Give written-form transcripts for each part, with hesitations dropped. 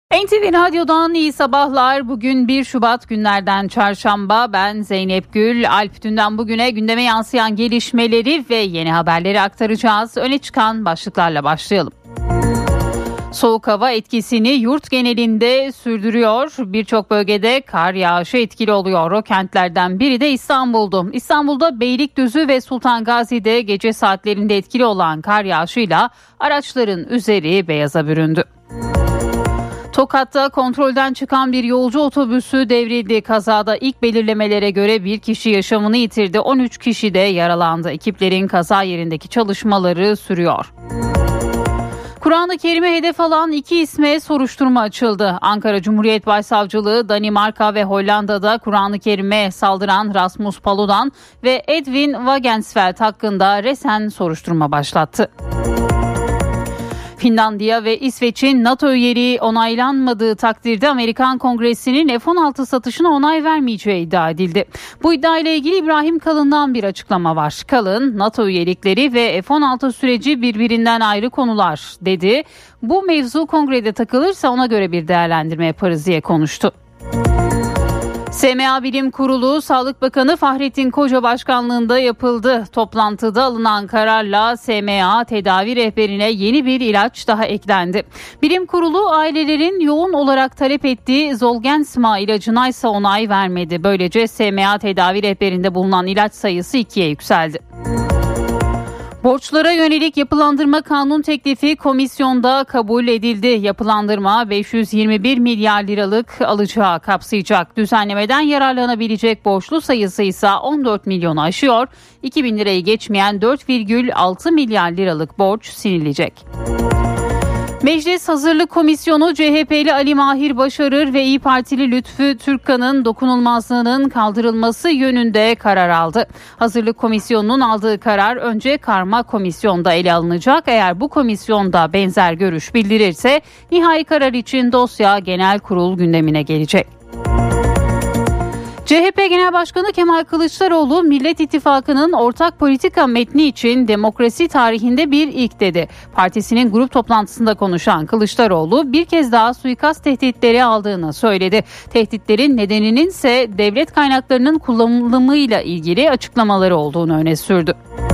NTV Radyo'dan iyi sabahlar. Bugün 1 Şubat günlerden çarşamba. Ben Zeynep Gül. Alp dünden bugüne gündeme yansıyan gelişmeleri ve yeni haberleri aktaracağız. Öne çıkan başlıklarla başlayalım. Soğuk hava etkisini yurt genelinde sürdürüyor. Birçok bölgede kar yağışı etkili oluyor. O kentlerden biri de İstanbul'du. İstanbul'da Beylikdüzü ve Sultan Gazi'de gece saatlerinde etkili olan kar yağışıyla araçların üzeri beyaza büründü. Tokat'ta kontrolden çıkan bir yolcu otobüsü devrildi. Kazada ilk belirlemelere göre bir kişi yaşamını yitirdi. 13 kişi de yaralandı. Ekiplerin kaza yerindeki çalışmaları sürüyor. Kur'an-ı Kerim'e hedef alan 2 isme soruşturma açıldı. Ankara Cumhuriyet Başsavcılığı Danimarka ve Hollanda'da Kur'an-ı Kerim'e saldıran Rasmus Paludan ve Edwin Wagensveld hakkında resen soruşturma başlattı. Finlandiya ve İsveç'in NATO üyeliği onaylanmadığı takdirde Amerikan Kongresi'nin F-16 satışına onay vermeyeceği iddia edildi. Bu iddiayla ilgili İbrahim Kalın'dan bir açıklama var. Kalın, NATO üyelikleri ve F-16 süreci birbirinden ayrı konular dedi. Bu mevzu kongrede takılırsa ona göre bir değerlendirme yaparız diye konuştu. SMA Bilim Kurulu, Sağlık Bakanı Fahrettin Koca başkanlığında yapıldı. Toplantıda alınan kararla SMA tedavi rehberine yeni bir ilaç daha eklendi. Bilim Kurulu ailelerin yoğun olarak talep ettiği Zolgensma ilacına ise onay vermedi. Böylece SMA tedavi rehberinde bulunan ilaç sayısı 2'ye yükseldi. Borçlara yönelik yapılandırma kanun teklifi komisyonda kabul edildi. Yapılandırma 521 milyar liralık alıcağı kapsayacak. Düzenlemeden yararlanabilecek borçlu sayısı ise 14 milyonu aşıyor. 2000 lirayı geçmeyen 4,6 milyar liralık borç sililecek. Meclis Hazırlık Komisyonu CHP'li Ali Mahir Başarır ve İYİ Partili Lütfü Türkkan'ın dokunulmazlığının kaldırılması yönünde karar aldı. Hazırlık Komisyonu'nun aldığı karar önce karma komisyonda ele alınacak. Eğer bu komisyonda benzer görüş bildirirse nihai karar için dosya genel kurul gündemine gelecek. CHP Genel Başkanı Kemal Kılıçdaroğlu, Millet İttifakı'nın ortak politika metni için demokrasi tarihinde bir ilk dedi. Partisinin grup toplantısında konuşan Kılıçdaroğlu bir kez daha suikast tehditleri aldığını söyledi. Tehditlerin nedeninin ise devlet kaynaklarının kullanımıyla ilgili açıklamaları olduğunu öne sürdü.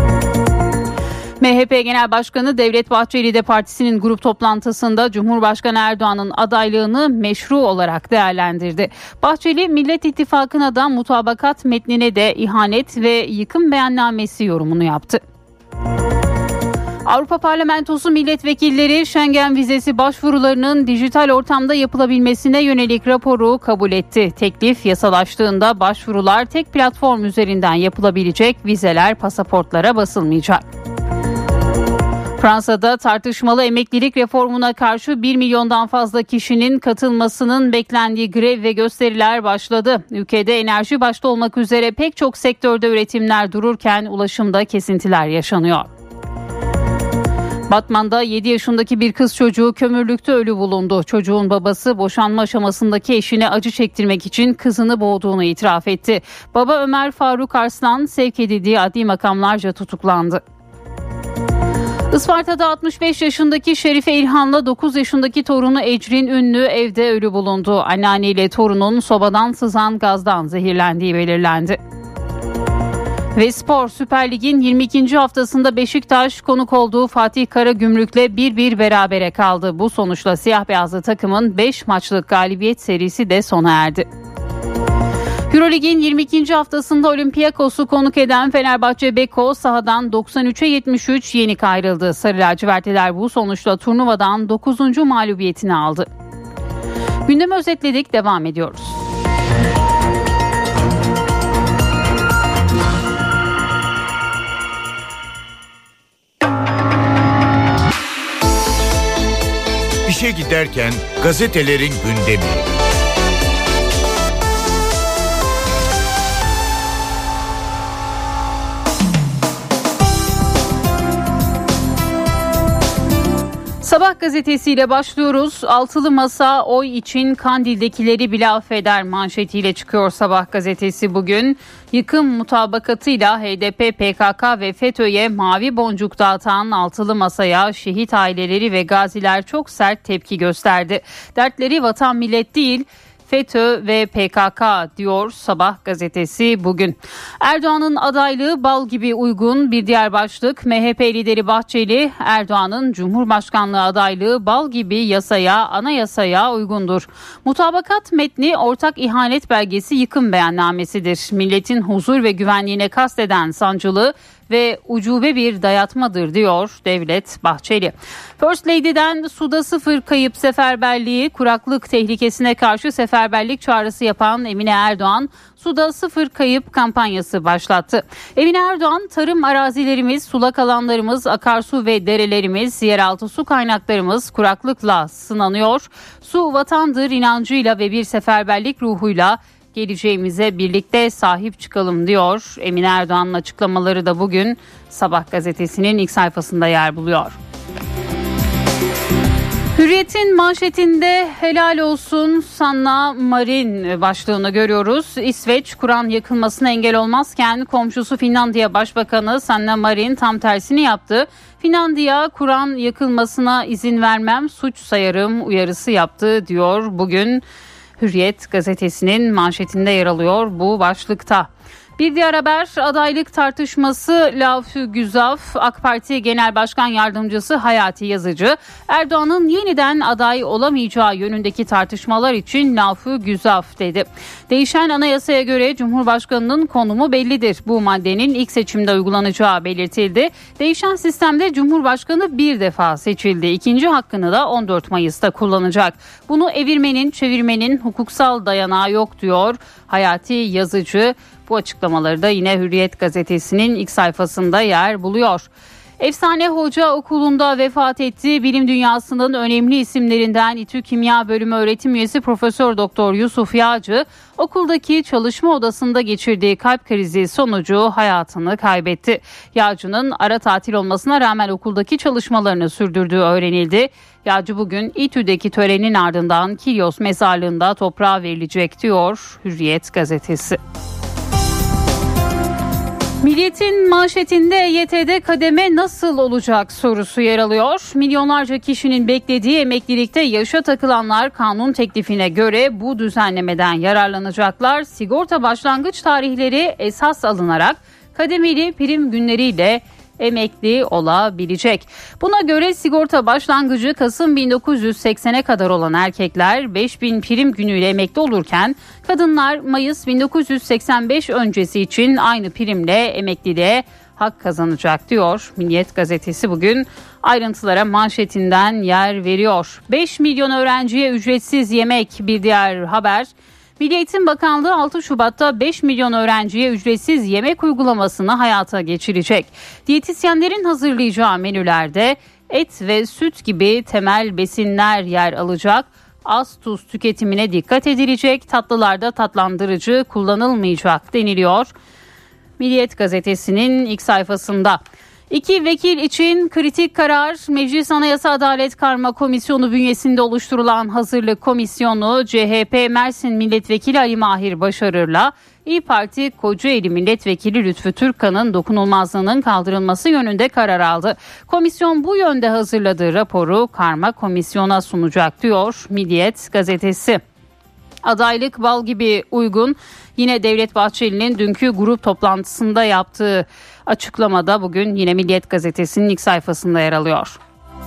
MHP Genel Başkanı Devlet Bahçeli de partisinin grup toplantısında Cumhurbaşkanı Erdoğan'ın adaylığını meşru olarak değerlendirdi. Bahçeli, Millet İttifakı'na da mutabakat metnine de ihanet ve yıkım beyannamesi yorumunu yaptı. Avrupa Parlamentosu milletvekilleri Schengen vizesi başvurularının dijital ortamda yapılabilmesine yönelik raporu kabul etti. Teklif yasalaştığında başvurular tek platform üzerinden yapılabilecek, vizeler pasaportlara basılmayacak. Fransa'da tartışmalı emeklilik reformuna karşı 1 milyondan fazla kişinin katılmasının beklendiği grev ve gösteriler başladı. Ülkede enerji başta olmak üzere pek çok sektörde üretimler dururken ulaşımda kesintiler yaşanıyor. Batman'da 7 yaşındaki bir kız çocuğu kömürlükte ölü bulundu. Çocuğun babası boşanma aşamasındaki eşine acı çektirmek için kızını boğduğunu itiraf etti. Baba Ömer Faruk Arslan sevk edildiği adli makamlarca tutuklandı. Isparta'da 65 yaşındaki Şerife İlhan'la 9 yaşındaki torunu Ecrin Ünlü evde ölü bulundu. Anneanneyle torunun sobadan sızan gazdan zehirlendiği belirlendi. Ve spor, Süper Lig'in 22. haftasında Beşiktaş konuk olduğu Fatih Karagümrük'le 1-1 berabere kaldı. Bu sonuçla siyah beyazlı takımın 5 maçlık galibiyet serisi de sona erdi. Eurolig'in 22. haftasında Olympiakos'u konuk eden Fenerbahçe Beko sahadan 93'e 73 yenik ayrıldı. Sarı lacivertliler bu sonuçla turnuvadan 9. mağlubiyetini aldı. Gündemi özetledik, devam ediyoruz. İşe giderken gazetelerin gündemi. Sabah gazetesiyle başlıyoruz. Altılı masa oy için Kandil'dekileri bile affeder manşetiyle çıkıyor Sabah gazetesi bugün. Yıkım mutabakatıyla HDP, PKK ve FETÖ'ye mavi boncuk dağıtan altılı masaya şehit aileleri ve gaziler çok sert tepki gösterdi. Dertleri vatan millet değil, FETÖ ve PKK diyor Sabah gazetesi bugün. Erdoğan'ın adaylığı bal gibi uygun, bir diğer başlık. MHP lideri Bahçeli, Erdoğan'ın Cumhurbaşkanlığı adaylığı bal gibi anayasaya uygundur. Mutabakat metni ortak ihanet belgesi yıkım beyannamesidir. Milletin huzur ve güvenliğine kasteden sancılı ve ucube bir dayatmadır diyor Devlet Bahçeli. First Lady'den suda sıfır kayıp seferberliği, kuraklık tehlikesine karşı seferberlik çağrısı yapan Emine Erdoğan, suda sıfır kayıp kampanyası başlattı. Emine Erdoğan, tarım arazilerimiz, sulak alanlarımız, akarsu ve derelerimiz, yeraltı su kaynaklarımız kuraklıkla sınanıyor. Su vatandır inancıyla ve bir seferberlik ruhuyla geleceğimize birlikte sahip çıkalım diyor. Emine Erdoğan'ın açıklamaları da bugün Sabah gazetesinin ilk sayfasında yer buluyor. Hürriyet'in manşetinde helal olsun Sanna Marin başlığını görüyoruz. İsveç Kur'an yakılmasına engel olmazken komşusu Finlandiya Başbakanı Sanna Marin tam tersini yaptı. Finlandiya Kur'an yakılmasına izin vermem, suç sayarım uyarısı yaptı diyor bugün. Hürriyet gazetesinin manşetinde yer alıyor bu başlıkta. Bir diğer haber, adaylık tartışması lafı güzaf. AK Parti Genel Başkan Yardımcısı Hayati Yazıcı, Erdoğan'ın yeniden aday olamayacağı yönündeki tartışmalar için lafı güzaf dedi. Değişen anayasaya göre Cumhurbaşkanı'nın konumu bellidir. Bu maddenin ilk seçimde uygulanacağı belirtildi. Değişen sistemde Cumhurbaşkanı bir defa seçildi. İkinci hakkını da 14 Mayıs'ta kullanacak. Bunu evirmenin, çevirmenin hukuksal dayanağı yok diyor Hayati Yazıcı. Bu açıklamaları da yine Hürriyet gazetesinin ilk sayfasında yer buluyor. Efsane Hoca Okulu'nda vefat etti. Bilim dünyasının önemli isimlerinden İTÜ Kimya Bölümü öğretim üyesi Profesör Doktor Yusuf Yağcı, okuldaki çalışma odasında geçirdiği kalp krizi sonucu hayatını kaybetti. Yağcı'nın ara tatil olmasına rağmen okuldaki çalışmalarını sürdürdüğü öğrenildi. Yağcı bugün İTÜ'deki törenin ardından Kilyos mezarlığında toprağa verilecek diyor Hürriyet gazetesi. Milliyet'in manşetinde EYT'de kademe nasıl olacak sorusu yer alıyor. Milyonlarca kişinin beklediği emeklilikte yaşa takılanlar kanun teklifine göre bu düzenlemeden yararlanacaklar. Sigorta başlangıç tarihleri esas alınarak kademeli prim günleriyle emekli olabilecek. Buna göre sigorta başlangıcı Kasım 1980'e kadar olan erkekler 5.000 prim günüyle emekli olurken kadınlar Mayıs 1985 öncesi için aynı primle emekliliğe hak kazanacak diyor Milliyet gazetesi bugün. Ayrıntılara manşetinden yer veriyor. 5 milyon öğrenciye ücretsiz yemek bir diğer haber. Milli Eğitim Bakanlığı 6 Şubat'ta 5 milyon öğrenciye ücretsiz yemek uygulamasını hayata geçirecek. Diyetisyenlerin hazırlayacağı menülerde et ve süt gibi temel besinler yer alacak. Az tuz tüketimine dikkat edilecek. Tatlılarda tatlandırıcı kullanılmayacak deniliyor Milliyet gazetesinin ilk sayfasında. 2 vekil için kritik karar. Meclis Anayasa Adalet Karma Komisyonu bünyesinde oluşturulan hazırlık komisyonu CHP Mersin Milletvekili Ali Mahir Başarır'la İYİ Parti Kocaeli Milletvekili Lütfü Türkkan'ın dokunulmazlığının kaldırılması yönünde karar aldı. Komisyon bu yönde hazırladığı raporu karma komisyona sunacak diyor Milliyet gazetesi. Adaylık bal gibi uygun. Yine Devlet Bahçeli'nin dünkü grup toplantısında yaptığı açıklamada bugün yine Milliyet gazetesinin ilk sayfasında yer alıyor.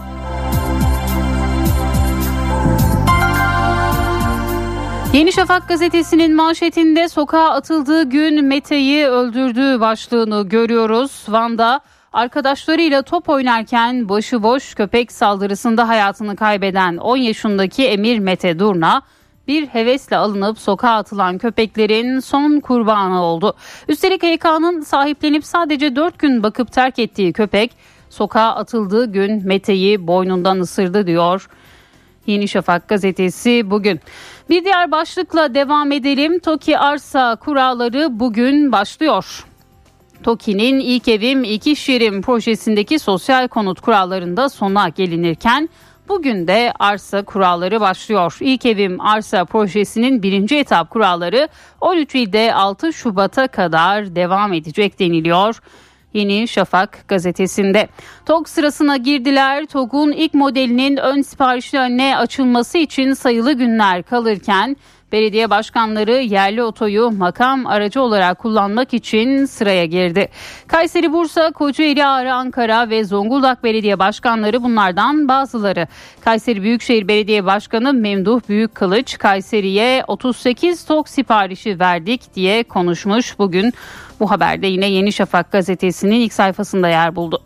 Yeni Şafak gazetesinin manşetinde sokağa atıldığı gün Mete'yi öldürdüğü başlığını görüyoruz. Van'da arkadaşlarıyla top oynarken başıboş köpek saldırısında hayatını kaybeden 10 yaşındaki Emir Mete Durna bir hevesle alınıp sokağa atılan köpeklerin son kurbanı oldu. Üstelik HK'nın sahiplenip sadece 4 gün bakıp terk ettiği köpek sokağa atıldığı gün Mete'yi boynundan ısırdı diyor Yeni Şafak gazetesi bugün. Bir diğer başlıkla devam edelim. TOKİ arsa kuralları bugün başlıyor. TOKİ'nin İlk Evim İlk İş Yerim projesindeki sosyal konut kurallarında sona gelinirken Bugün de arsa kuralları başlıyor. İlk evim arsa projesinin 1. etap kuralları 13 ilde 6 Şubat'a kadar devam edecek deniliyor. Yeni Şafak gazetesinde. TOG sırasına girdiler. TOG'un ilk modelinin ön siparişlerine açılması için sayılı günler kalırken belediye başkanları yerli otoyu makam aracı olarak kullanmak için sıraya girdi. Kayseri, Bursa, Kocaeli, Ağrı, Ankara ve Zonguldak belediye başkanları bunlardan bazıları. Kayseri Büyükşehir Belediye Başkanı Memduh Büyükkılıç, Kayseri'ye 38 TOG siparişi verdik diye konuşmuş. Bugün bu haberde yine Yeni Şafak gazetesinin ilk sayfasında yer buldu.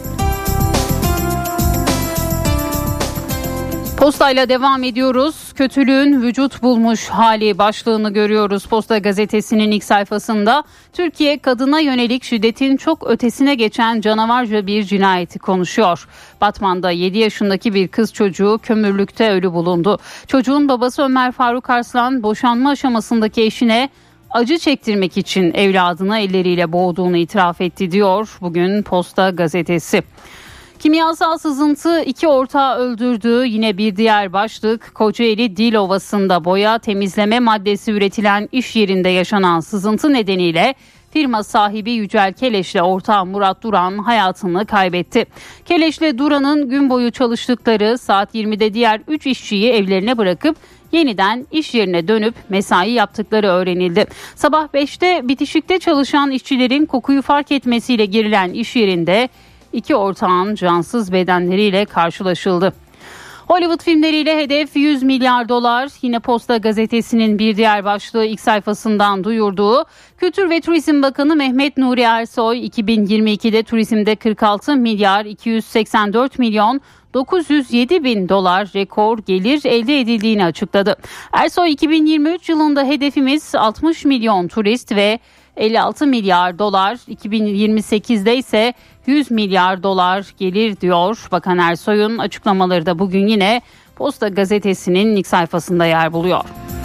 Postayla devam ediyoruz. Kötülüğün vücut bulmuş hali başlığını görüyoruz Posta gazetesinin ilk sayfasında. Türkiye kadına yönelik şiddetin çok ötesine geçen canavarca bir cinayeti konuşuyor. Batman'da 7 yaşındaki bir kız çocuğu kömürlükte ölü bulundu. Çocuğun babası Ömer Faruk Arslan boşanma aşamasındaki eşine acı çektirmek için evladını elleriyle boğduğunu itiraf etti diyor bugün Posta gazetesi. Kimyasal sızıntı 2 ortağı öldürdü. Yine bir diğer başlık Kocaeli Dilovası'nda boya temizleme maddesi üretilen iş yerinde yaşanan sızıntı nedeniyle firma sahibi Yücel Keleş'le ortağı Murat Duran hayatını kaybetti. Keleş'le Duran'ın gün boyu çalıştıkları saat 20'de diğer 3 işçiyi evlerine bırakıp yeniden iş yerine dönüp mesai yaptıkları öğrenildi. Sabah 5'te bitişikte çalışan işçilerin kokuyu fark etmesiyle girilen iş yerinde 2 ortağın cansız bedenleriyle karşılaşıldı. Hollywood filmleriyle hedef 100 milyar dolar. Yine Posta gazetesinin bir diğer başlığı ilk sayfasından duyurduğu Kültür ve Turizm Bakanı Mehmet Nuri Ersoy 2022'de turizmde 46 milyar 284 milyon 907 bin dolar rekor gelir elde edildiğini açıkladı. Ersoy 2023 yılında hedefimiz 60 milyon turist ve 56 milyar dolar, 2028'de ise 100 milyar dolar gelir diyor. Bakan Ersoy'un açıklamaları da bugün yine Posta gazetesinin ilk sayfasında yer buluyor.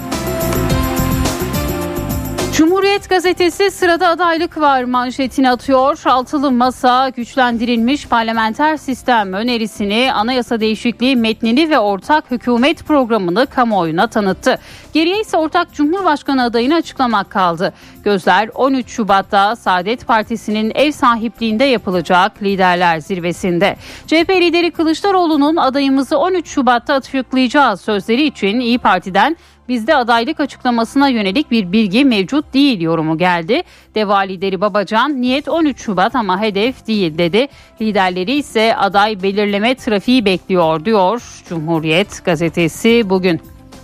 Cumhuriyet gazetesi sırada adaylık var manşetini atıyor. Altılı Masa güçlendirilmiş parlamenter sistem önerisini, anayasa değişikliği metnini ve ortak hükümet programını kamuoyuna tanıttı. Geriye ise ortak Cumhurbaşkanı adayını açıklamak kaldı. Gözler 13 Şubat'ta Saadet Partisi'nin ev sahipliğinde yapılacak liderler zirvesinde. CHP lideri Kılıçdaroğlu'nun adayımızı 13 Şubat'ta açıklayacağız sözleri için İYİ Parti'den bizde adaylık açıklamasına yönelik bir bilgi mevcut değil yorumu geldi. DEVA lideri Babacan niyet 13 Şubat ama hedef değil dedi. Liderleri ise aday belirleme trafiği bekliyor diyor Cumhuriyet gazetesi bugün.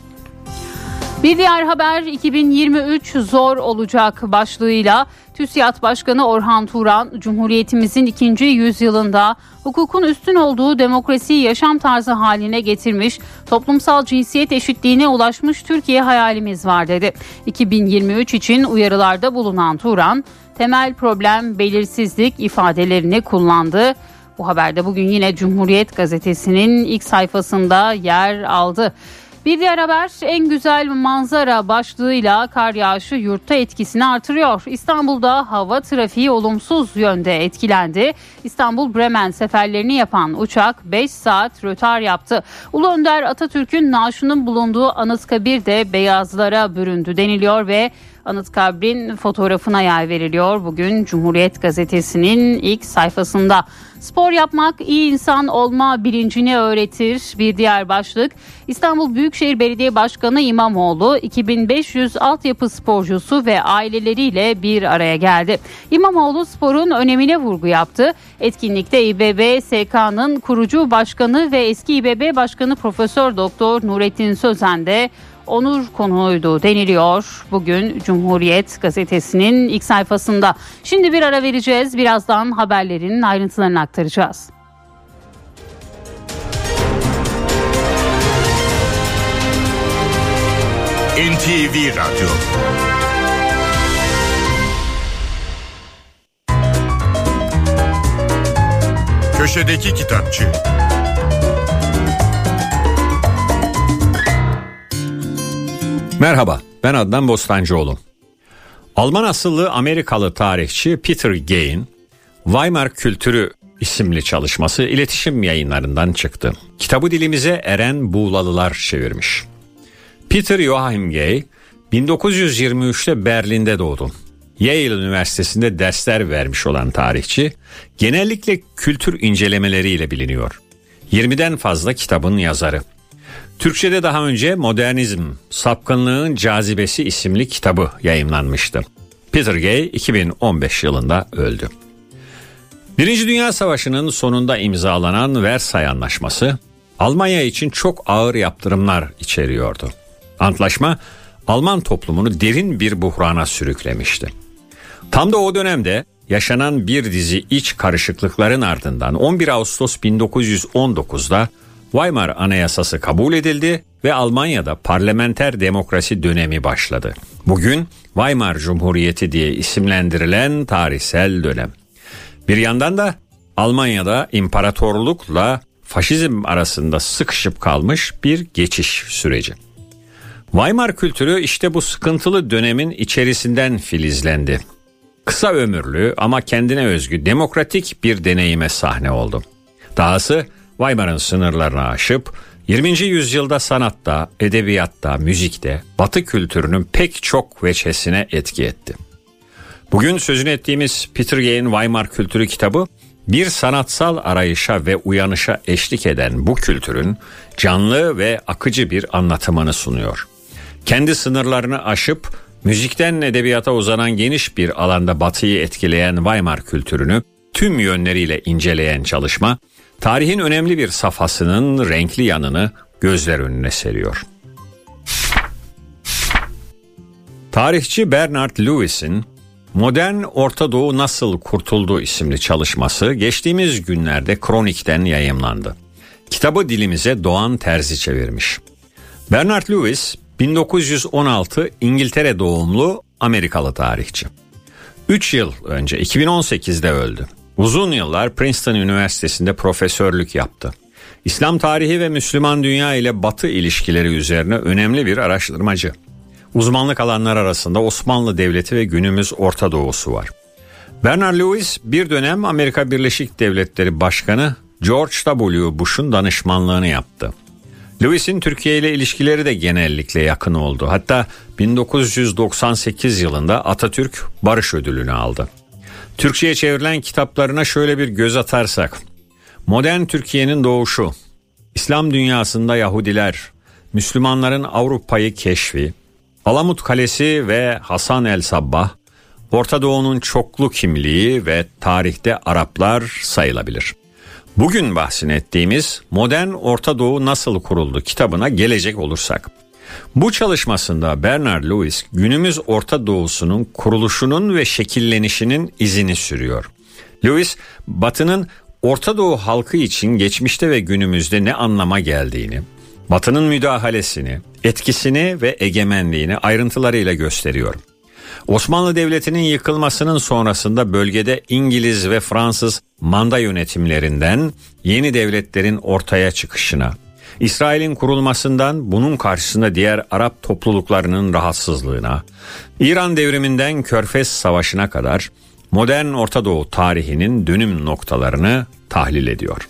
Bir diğer haber 2023 zor olacak başlığıyla TÜSİAD Başkanı Orhan Turan, Cumhuriyetimizin 2. yüzyılında hukukun üstün olduğu demokrasiyi yaşam tarzı haline getirmiş, toplumsal cinsiyet eşitliğine ulaşmış Türkiye hayalimiz var dedi. 2023 için uyarılarda bulunan Turan, temel problem belirsizlik ifadelerini kullandı. Bu haberde bugün yine Cumhuriyet gazetesinin ilk sayfasında yer aldı. Bir diğer haber en güzel manzara başlığıyla kar yağışı yurtta etkisini artırıyor. İstanbul'da hava trafiği olumsuz yönde etkilendi. İstanbul-Bremen seferlerini yapan uçak 5 saat rötar yaptı. Ulu Önder Atatürk'ün naaşının bulunduğu Anıtkabir de beyazlara büründü deniliyor ve Anıtkabir'in fotoğrafına yer veriliyor bugün Cumhuriyet gazetesinin ilk sayfasında. Spor yapmak iyi insan olma bilincini öğretir. Bir diğer başlık İstanbul Büyükşehir Belediye Başkanı İmamoğlu 2500 altyapı sporcusu ve aileleriyle bir araya geldi. İmamoğlu sporun önemine vurgu yaptı. Etkinlikte İBB SK'nın kurucu başkanı ve eski İBB Başkanı Profesör Doktor Nurettin Sözen de onur konuğuydu deniliyor bugün Cumhuriyet gazetesinin ilk sayfasında. Şimdi bir ara vereceğiz. Birazdan haberlerin ayrıntılarını aktaracağız. NTV Radyo. Köşedeki Kitapçı. Merhaba, ben Adnan Bostancıoğlu. Alman asıllı Amerikalı tarihçi Peter Gein, Weimar kültürü isimli çalışması iletişim yayınlarından çıktı. Kitabı dilimize Eren Buğlalılar çevirmiş. Peter Joachim Gay 1923'te Berlin'de doğdu. Yale Üniversitesi'nde dersler vermiş olan tarihçi, genellikle kültür incelemeleriyle biliniyor. 20'den fazla kitabın yazarı. Türkçe'de daha önce Modernizm, Sapkınlığın Cazibesi isimli kitabı yayımlanmıştı. Peter Gay 2015 yılında öldü. Birinci Dünya Savaşı'nın sonunda imzalanan Versay Anlaşması, Almanya için çok ağır yaptırımlar içeriyordu. Antlaşma, Alman toplumunu derin bir buhrana sürüklemişti. Tam da o dönemde yaşanan bir dizi iç karışıklıkların ardından 11 Ağustos 1919'da Weimar Anayasası kabul edildi ve Almanya'da parlamenter demokrasi dönemi başladı. Bugün Weimar Cumhuriyeti diye isimlendirilen tarihsel dönem. Bir yandan da Almanya'da imparatorlukla faşizm arasında sıkışıp kalmış bir geçiş süreci. Weimar kültürü işte bu sıkıntılı dönemin içerisinden filizlendi. Kısa ömürlü ama kendine özgü demokratik bir deneyime sahne oldu. Dahası Weimar'ın sınırlarını aşıp 20. yüzyılda sanatta, edebiyatta, müzikte Batı kültürünün pek çok veçesine etki etti. Bugün sözünü ettiğimiz Peter Gay'in Weimar Kültürü kitabı bir sanatsal arayışa ve uyanışa eşlik eden bu kültürün canlı ve akıcı bir anlatımını sunuyor. Kendi sınırlarını aşıp müzikten edebiyata uzanan geniş bir alanda Batı'yı etkileyen Weimar kültürünü tüm yönleriyle inceleyen çalışma, tarihin önemli bir safhasının renkli yanını gözler önüne seriyor. Tarihçi Bernard Lewis'in Modern Orta Doğu Nasıl Kurtuldu isimli çalışması geçtiğimiz günlerde Kronik'ten yayımlandı. Kitabı dilimize Doğan Terzi çevirmiş. Bernard Lewis 1916 İngiltere doğumlu Amerikalı tarihçi. 3 yıl önce 2018'de öldü. Uzun yıllar Princeton Üniversitesi'nde profesörlük yaptı. İslam tarihi ve Müslüman dünya ile Batı ilişkileri üzerine önemli bir araştırmacı. Uzmanlık alanlar arasında Osmanlı Devleti ve günümüz Orta Doğu'su var. Bernard Lewis bir dönem Amerika Birleşik Devletleri Başkanı George W. Bush'un danışmanlığını yaptı. Lewis'in Türkiye ile ilişkileri de genellikle yakın oldu. Hatta 1998 yılında Atatürk Barış Ödülünü aldı. Türkçe'ye çevrilen kitaplarına şöyle bir göz atarsak: Modern Türkiye'nin doğuşu, İslam dünyasında Yahudiler, Müslümanların Avrupa'yı keşfi, Alamut Kalesi ve Hasan el Sabbah, Orta Doğu'nun çoklu kimliği ve tarihte Araplar sayılabilir. Bugün bahsini ettiğimiz Modern Orta Doğu Nasıl Kuruldu kitabına gelecek olursak, bu çalışmasında Bernard Lewis günümüz Orta Doğu'sunun kuruluşunun ve şekillenişinin izini sürüyor. Lewis, Batı'nın Orta Doğu halkı için geçmişte ve günümüzde ne anlama geldiğini, Batı'nın müdahalesini, etkisini ve egemenliğini ayrıntılarıyla gösteriyor. Osmanlı Devleti'nin yıkılmasının sonrasında bölgede İngiliz ve Fransız manda yönetimlerinden yeni devletlerin ortaya çıkışına, İsrail'in kurulmasından bunun karşısında diğer Arap topluluklarının rahatsızlığına, İran devriminden Körfez Savaşı'na kadar modern Orta Doğu tarihinin dönüm noktalarını tahlil ediyor.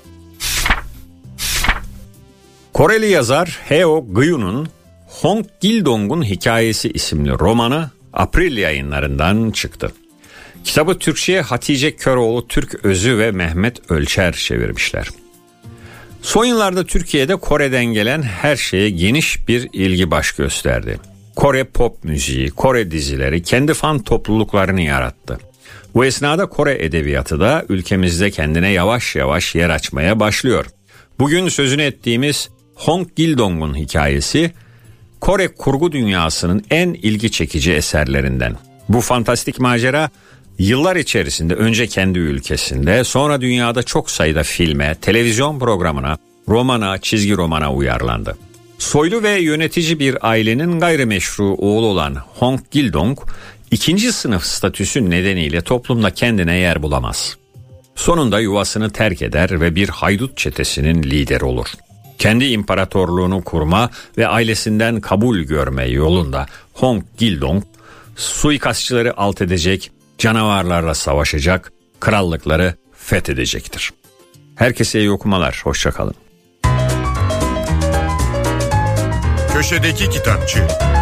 Koreli yazar Heo Gyun'un Hong Gildong'un Hikayesi isimli romanı April yayınlarından çıktı. Kitabı Türkçe'ye Hatice Köroğlu Türk Özü ve Mehmet Ölçer çevirmişler. Son yıllarda Türkiye'de Kore'den gelen her şeye geniş bir ilgi baş gösterdi. Kore pop müziği, Kore dizileri kendi fan topluluklarını yarattı. Bu esnada Kore edebiyatı da ülkemizde kendine yavaş yavaş yer açmaya başlıyor. Bugün sözünü ettiğimiz Hong Gildong'un Hikayesi, Kore kurgu dünyasının en ilgi çekici eserlerinden. Bu fantastik macera yıllar içerisinde önce kendi ülkesinde, sonra dünyada çok sayıda filme, televizyon programına, romana, çizgi romana uyarlandı. Soylu ve yönetici bir ailenin gayrimeşru oğlu olan Hong Gildong, ikinci sınıf statüsü nedeniyle toplumda kendine yer bulamaz. Sonunda yuvasını terk eder ve bir haydut çetesinin lideri olur. Kendi imparatorluğunu kurma ve ailesinden kabul görme yolunda Hong Gildong, suikastçıları alt edecek, canavarlarla savaşacak, krallıkları fethedecektir. Herkese iyi okumalar, hoşça kalın. Köşedeki Kitapçı.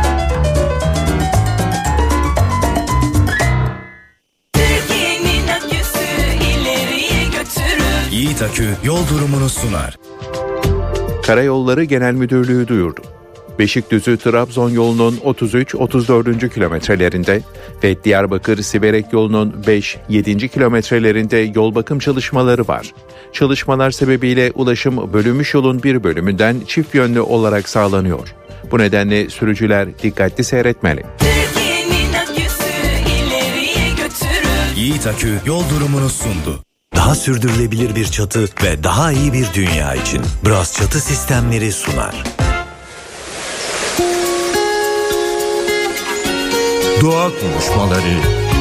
Türkiye'nin aküsü ileriye götürür. Yiğit Akü yol durumunu sunar. Karayolları Genel Müdürlüğü duyurdu. Beşikdüzü-Trabzon yolunun 33-34. kilometrelerinde ve Diyarbakır-Siverek yolunun 5-7. kilometrelerinde yol bakım çalışmaları var. Çalışmalar sebebiyle ulaşım bölünmüş yolun bir bölümünden çift yönlü olarak sağlanıyor. Bu nedenle sürücüler dikkatli seyretmeli. Türkiye'nin aküsü ileriye götürür. Yiğit Akü yol durumunu sundu. Daha sürdürülebilir bir çatı ve daha iyi bir dünya için Bras Çatı Sistemleri sunar. Doğa konuşmaları.